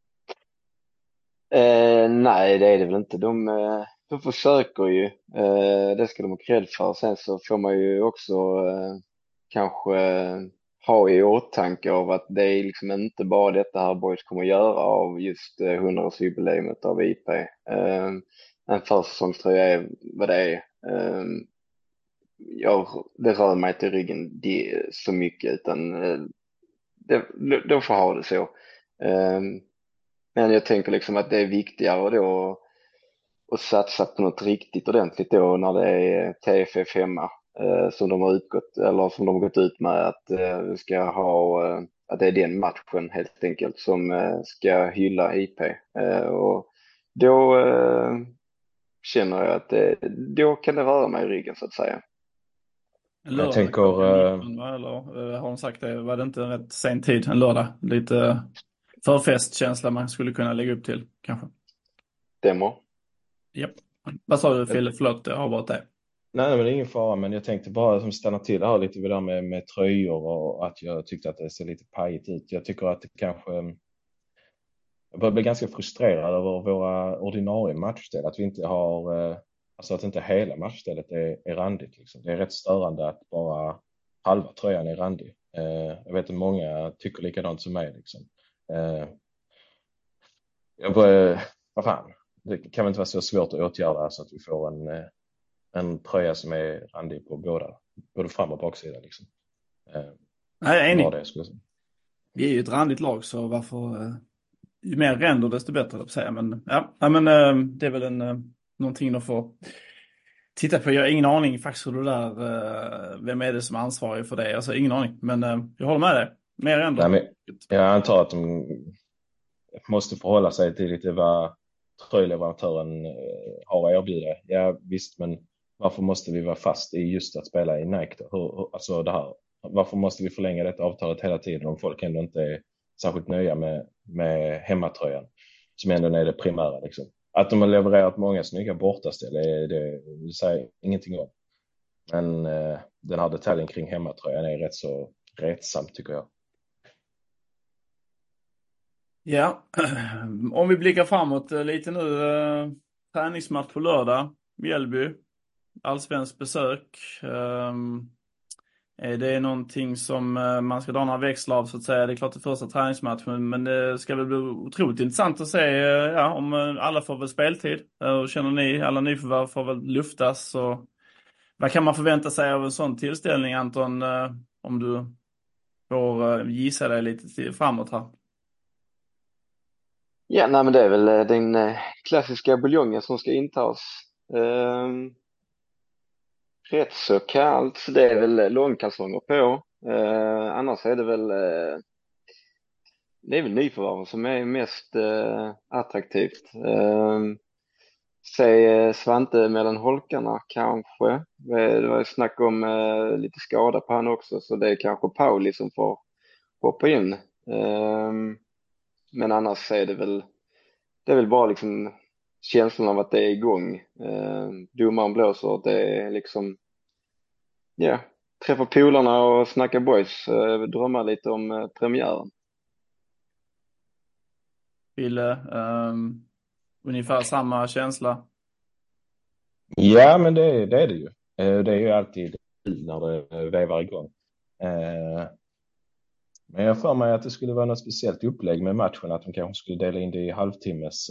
Nej, det är det väl inte. De försöker ju. Det ska de ha cred för. Sen så får man ju också kanske ha i åtanke av att det är liksom inte bara detta här Boys kommer att göra av just 100-årsjubileumet av IP. En försäsongströja är vad det är. Det rör mig till ryggen så mycket, utan de får ha det så. Men jag tänker liksom att det är viktigare då att satsa på något riktigt ordentligt då när det är TFF hemma, som de har gått ut med att vi ska ha, att det är den matchen helt enkelt som ska hylla IP. Och då känner jag att då kan det röra mig i ryggen, så att säga. En lördag, Jag tänker... 19, eller har hon sagt det? Var det inte en rätt sen tid, en lördag? Lite förfestkänsla man skulle kunna lägga upp till, kanske. Stämmer. Japp. Vad sa du, Fille? Förlåt, jag har bara det. Nej, men det är ingen fara, men jag tänkte bara som stanna till här lite vid det där med tröjor och att jag tyckte att det ser lite pajigt ut. Jag tycker att det kanske... Jag börjar bli ganska frustrerad över våra ordinarie matchställ, att vi inte har... Alltså att inte hela matchstället är randigt. Liksom. Det är rätt störande att bara halva tröjan är randig. Jag vet att många tycker likadant som mig. Liksom. Vad fan, det kan väl inte vara så svårt att åtgärda så att vi får en tröja som är randig på både fram- och baksida. Liksom. Nej, enig. Vi är ju ett randigt lag, så varför... ju mer ränder desto bättre, att säga. Men ja, men det är väl någonting de får titta på. Jag har ingen aning faktiskt hur det där, vem är det som är ansvarig för det? Alltså ingen aning, men jag håller med dig. Mer ränder. Jag antar att de måste förhålla sig till lite vad tröjleverantören har att erbjuda. Ja visst, men varför måste vi vara fast i just att spela i Nike då? Alltså det här, varför måste vi förlänga detta avtalet hela tiden om folk ändå inte är särskilt nöja med hemmatröjan, som ändå är det primära liksom. Att de har levererat många snygga bortaställ, det säger ingenting om. Men den här detaljen kring hemmatröjan är rätt så retsam, tycker jag. Ja, om vi blickar framåt lite nu. Träningsmatch på lördag, Mjällby, allsvensk besök. Det är någonting som man ska dra några växlar av, så att säga. Det är klart det första träningsmatchen, men det ska väl bli otroligt intressant att se om alla får väl speltid. Och känner ni, alla nyförvärv får väl luftas. Och vad kan man förvänta sig av en sån tillställning, Anton, om du får gissa dig lite framåt här? Ja, nej, men det är väl den klassiska buljongen som ska intas. Rätt så kallt, så det är väl långkalsonger på. Annars är det väl nyförvärv som är mest attraktivt. Säg Svante mellan holkarna kanske. Det var snack om lite skada på han också, så det är kanske Pauli som får hoppa in. Men annars är det är väl bara liksom känslan av att det är igång. Domaren blåser, det är liksom träffa polarna och snacka boys, drömma lite om premiären. Ville, ungefär samma känsla? Ja, men det är det ju. Det är ju alltid när det vävar igång. Men jag får mig att det skulle vara något speciellt upplägg med matchen, att de kanske skulle dela in det i halvtimmes.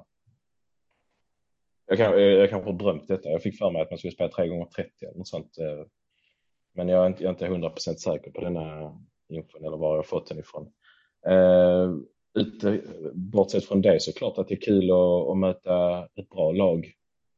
Jag kanske har drömt detta. Jag fick för mig att man skulle spela 3 gånger 30 eller något sånt. Men jag är inte 100% säker på infon eller var jag har fått den ifrån. Bortsett från det så är det klart att det är kul att möta ett bra lag.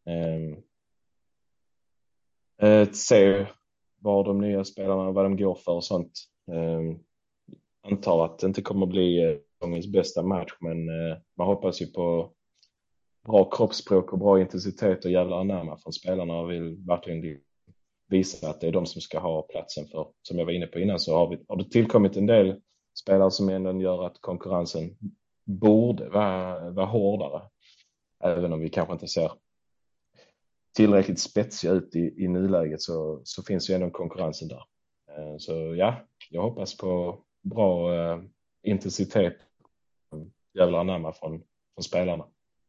Se var de nya spelarna, vad de går för och sånt. Antar att det inte kommer att bli säsongens bästa match, men man hoppas ju på bra kroppsspråk och bra intensitet och jävla anamma från spelarna och vill verkligen visa att det är de som ska ha platsen för. Som jag var inne på innan så har det tillkommit en del spelare som ändå gör att konkurrensen borde vara hårdare. Även om vi kanske inte ser tillräckligt spetsiga ut i nuläget så finns ju ändå konkurrensen där. Så ja, jag hoppas på bra intensitet och jävla anamma från spelarna.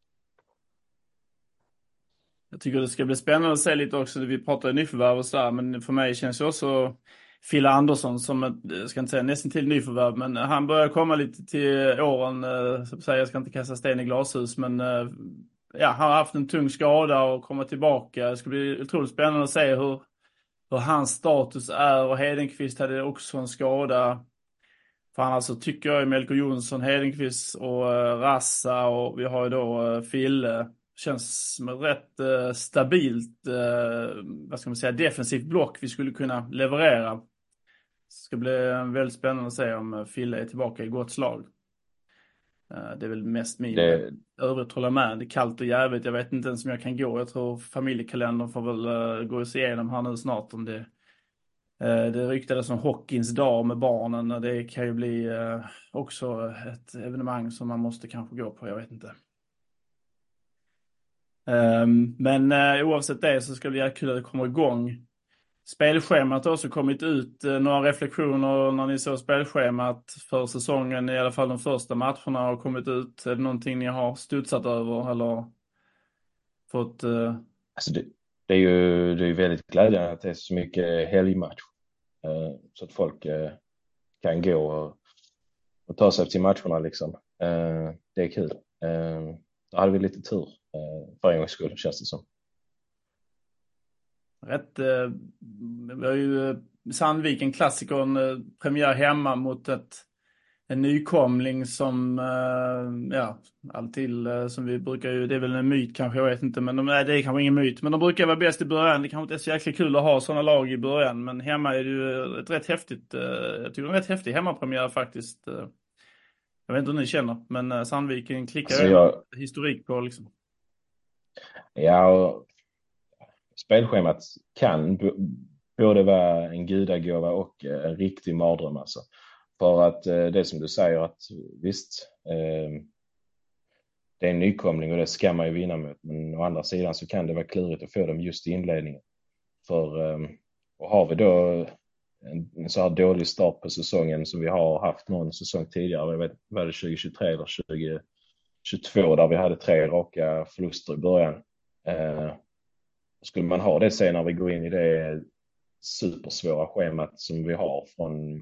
Jag tycker det ska bli spännande att se lite också. Vi pratar nyförvärv och sådär, men för mig känns ju också Fille Andersson som ett, jag ska inte säga nästan till nyförvärv, men han börjar komma lite till åren. Jag ska inte kasta sten i glashus, men ja, han har haft en tung skada och kommer tillbaka. Det ska bli otroligt spännande att se hur hans status är. Och Hedenqvist hade också en skada. För annars så tycker jag Melker Jonsson, Hedenqvist och Rassa, och vi har ju då Fille. Känns som ett rätt stabilt, vad ska man säga, defensivt block vi skulle kunna leverera. Det ska bli väldigt spännande att se om Fille är tillbaka i gott slag. Det är väl mest min övrigt hålla med. Det är kallt och jävligt. Jag vet inte ens om jag kan gå. Jag tror familjekalendern får väl gå sig igenom här nu snart. Om det ryktades som hockeyns dag med barnen. Det kan ju bli också ett evenemang som man måste kanske gå på. Jag vet inte. Men oavsett det så ska det bli kul att det kommer igång. Spelschemat har också kommit ut. Några reflektioner när ni såg spelschemat för säsongen, i alla fall de första matcherna har kommit ut. Är det någonting ni har studsat över eller fått? Alltså det är ju väldigt glädjande att det är så mycket helgmatch. Så att folk kan gå och ta sig till matcherna liksom. Det är kul. Då hade vi lite tur för en gångs skull, känns det som. Rätt, vi har ju Sandviken klassikern premiär hemma mot en nykomling som alltid som vi brukar ju, det är väl en myt kanske, jag vet inte, men det är kanske ingen myt, men de brukar vara bäst i början. Det kanske inte är så jäkla kul att ha sådana lag i början, men hemma är det ju ett rätt häftigt, jag tycker det är en rätt häftig hemmapremiär faktiskt. Jag vet inte hur ni känner, men Sandviken klickar alltså historik på liksom. Ja, och spelschemat kan både vara en gudagåva och en riktig mardröm alltså. För att det som du säger att visst, det är en nykomling och det ska man ju vinna mot. Men å andra sidan så kan det vara klurigt att få dem just i inledningen. För och har vi då en så här dålig start på säsongen som vi har haft någon säsong tidigare, jag vet, var det 2023 eller 2022 där vi hade 3 raka förluster i början. Skulle man ha det sen när vi går in i det supersvåra schemat som vi har från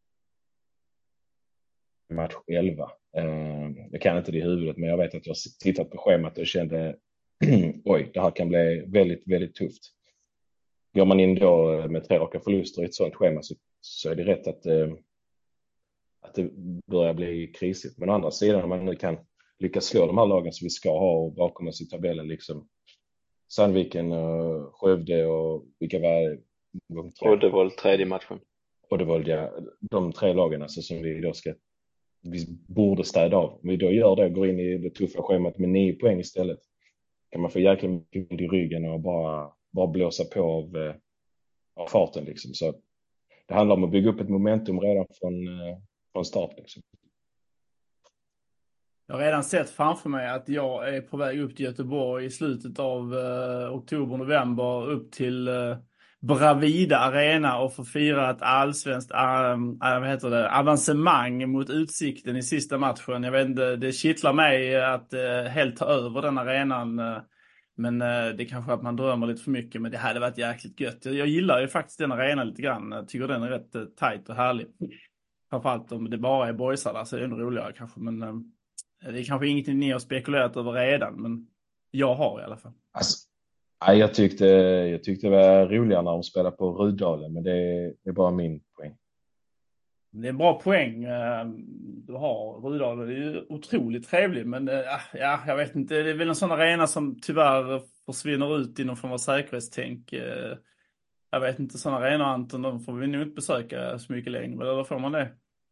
match 11. Jag kan inte det i huvudet, men jag vet att jag har tittat på schemat och kände oj, det här kan bli väldigt, väldigt tufft. Går man in då med 3 raka förluster i ett sånt schema så är det rätt att det börjar bli krisigt. Men å andra sidan, om man nu kan lyckas slå de här lagen som vi ska ha bakom oss i tabellen, liksom Sandviken och Skövde och vilka var Oddevold tredje matchen. Oddevold, ja. De 3 lagen alltså, som vi borde städa av. Om vi då gör det och går in i det tuffa schemat med 9 poäng istället, kan man få jäkla mycket i ryggen och bara blåsa på av farten liksom. Så det handlar om att bygga upp ett momentum redan från start liksom. Jag har redan sett framför mig att jag är på väg upp till Göteborg i slutet av oktober-november upp till Bravida Arena och få fira ett allsvenskt avancemang mot Utsikten i sista matchen. Jag vet inte, det kittlar mig att helt ta över den arenan. Men det kanske att man drömmer lite för mycket, men det hade varit jäkligt gött. Jag gillar ju faktiskt den arenan lite grann. Jag tycker den är rätt tajt och härlig. Framförallt om det bara är boysar där så är det ändå roligare kanske, men det är kanske ingenting ni har spekulerat över redan, men jag har i alla fall. Alltså, jag tyckte det var roligare när de spelade på Rudalen, men det är bara min poäng. Det är en bra poäng du har, Rudal. Det är ju otroligt trevligt, men ja, jag vet inte. Det är väl en sån arena som tyvärr försvinner ut i någon form av säkerhetstänk. Jag vet inte, sådana arenor, Anton, de får vi nog inte besöka så mycket längre. Eller får man det?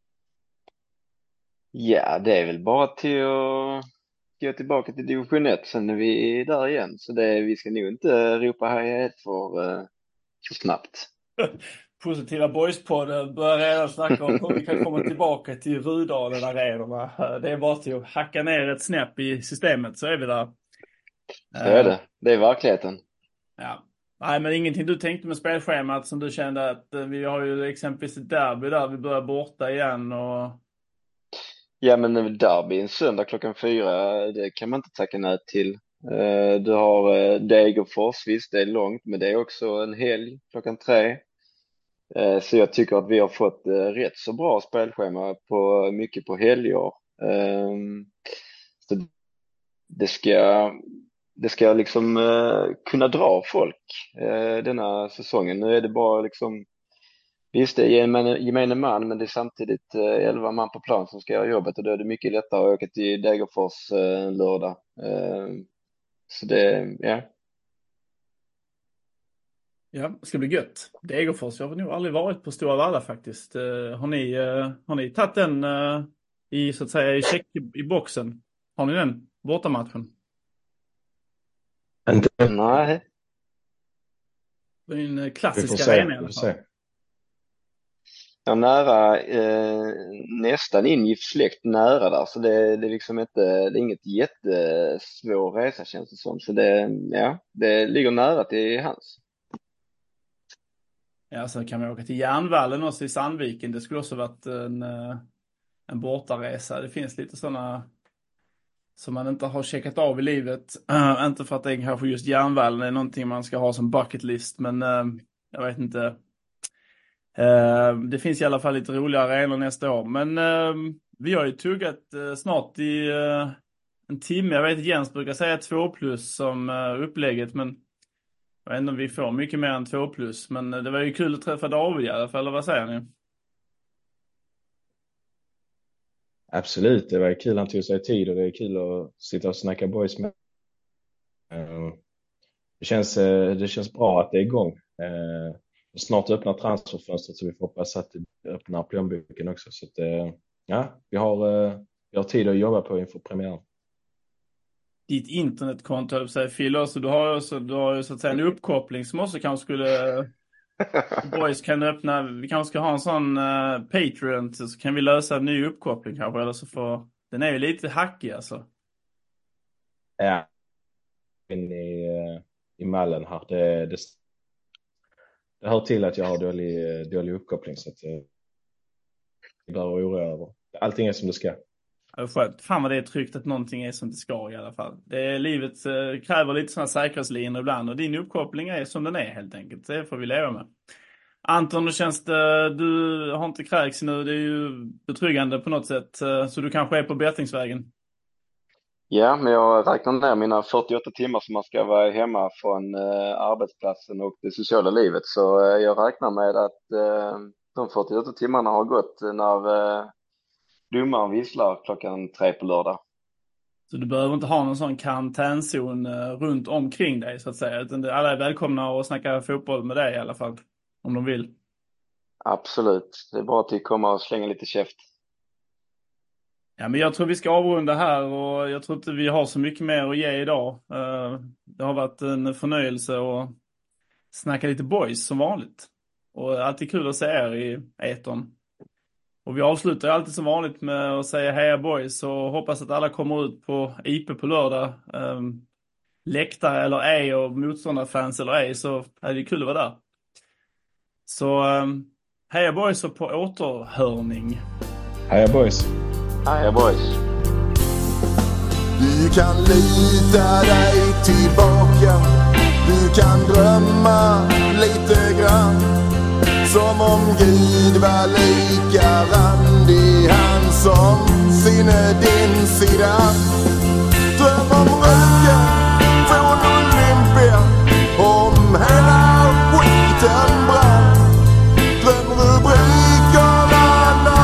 Ja, det är väl bara till att gå tillbaka till division 1, sen är vi där igen. Så vi ska nog inte ropa hej för snabbt. Positiva Boys-podden börjar redan snacka om hur vi kan komma tillbaka till Rudalen-arenorna. Det är bara till att hacka ner ett snäpp i systemet, så är vi där. Så är det. Det är verkligheten. Ja. Nej, men ingenting du tänkte med spelschemat som du kände att vi har ju exempelvis ett derby där vi börjar borta igen och... Ja, men derby en söndag 4:00, det kan man inte tacka nej till. Du har Degerfors, visst det är långt, men det är också en helg 3:00. Så jag tycker att vi har fått rätt så bra spelschema mycket på helger. Så det ska liksom kunna dra folk denna säsongen. Nu är det bara liksom, visst det är gemene man, men det är samtidigt 11 man på plan som ska göra jobbet, och då är det mycket lättare att åka till Degerfors lördag. Så det, ja. Ja, det ska bli gött. Degerfors, jag har nog aldrig varit på Stora Valla faktiskt. Har ni tagit den i så att säga i check i boxen? Har ni den bortamatchen? Inte. Nej. Det är en klassisk arena i alla fall. Ja, nära, nästan ingift släkt nära där, så det är liksom inte, det är inget jättesvår resa känns det som. Så det ligger nära till hans. Ja, så kan man åka till Järnvallen också i Sandviken. Det skulle också varit en bortaresa. Det finns lite sådana som man inte har checkat av i livet. Inte för att det kanske just Järnvallen är någonting man ska ha som bucket list, men jag vet inte. Det finns i alla fall lite roliga arenor nästa år. Men vi har ju tuggat snart i en timme. Jag vet att Jens brukar säga 2+ som upplägget, men jag vet inte om vi får mycket mer än 2+. Men det var ju kul att träffa David i alla fall, eller vad säger ni? Absolut, det var kul att han tog sig tid, och det är kul att sitta och snacka boys med. Det känns bra att det är igång. Snart öppnar transferfönstret, så vi får hoppas att det öppnar plånboken också. Så att, ja, vi har tid att jobba på inför premiären. Ditt internetkonto, Phil, också, du har ju så att säga en uppkoppling som också kanske skulle... Boys kan öppna, vi kanske ska ha en sån Patreon, så kan vi lösa en ny uppkoppling kanske, eller så får... Den är ju lite hackig alltså. Ja. In i mallen här. Det hör till att jag har dålig uppkoppling, så att jag bör oroa över. Allting är som det ska. Ja, skönt. Fan vad det är tryggt att någonting är som det ska i alla fall. Livet kräver lite sådana säkerhetslinjer ibland, och din uppkoppling är som den är helt enkelt. Det får vi leva med. Anton, du har inte kräks nu, det är ju betryggande på något sätt, så du kanske är på bättringsvägen. Ja, men jag räknar ner mina 48 timmar som man ska vara hemma från arbetsplatsen och det sociala livet, så jag räknar med att de 48 timmarna har gått när domaren visslar 3:00 på lördag. Så du behöver inte ha någon sån karantänzon runt omkring dig så att säga, utan alla är välkomna att snacka fotboll med dig i alla fall, om de vill. Absolut, det är bara att komma och slänga lite käft. Ja, men jag tror vi ska avrunda här, och jag tror inte vi har så mycket mer att ge idag. Det har varit en förnöjelse att snacka lite boys som vanligt. Och alltid kul att se er i etern. Och vi avslutar alltid som vanligt med att säga heja boys, och hoppas att alla kommer ut på IP på lördag. Läktare eller ej, och motståndarfans eller ej, så är det kul att vara där. Så heja boys, och på återhörning. Heja boys. Heja boys. Du kan lita dig tillbaka. Du kan drömma lite grann, som om Gud var lika randig, han som sinne din sida. Dröm om röken från Olympia, om hela skiten brann. Dröm rubrikerna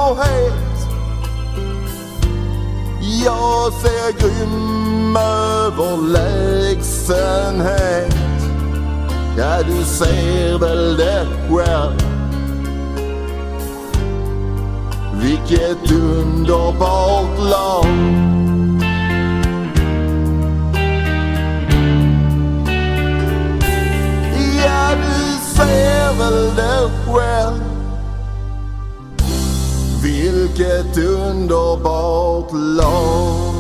och het. Jag ser grym överlägsenhet. Ja, du ser väl det själv. Vilket underbart lag. Ja, du ser väl det själv. Vilket underbart lag.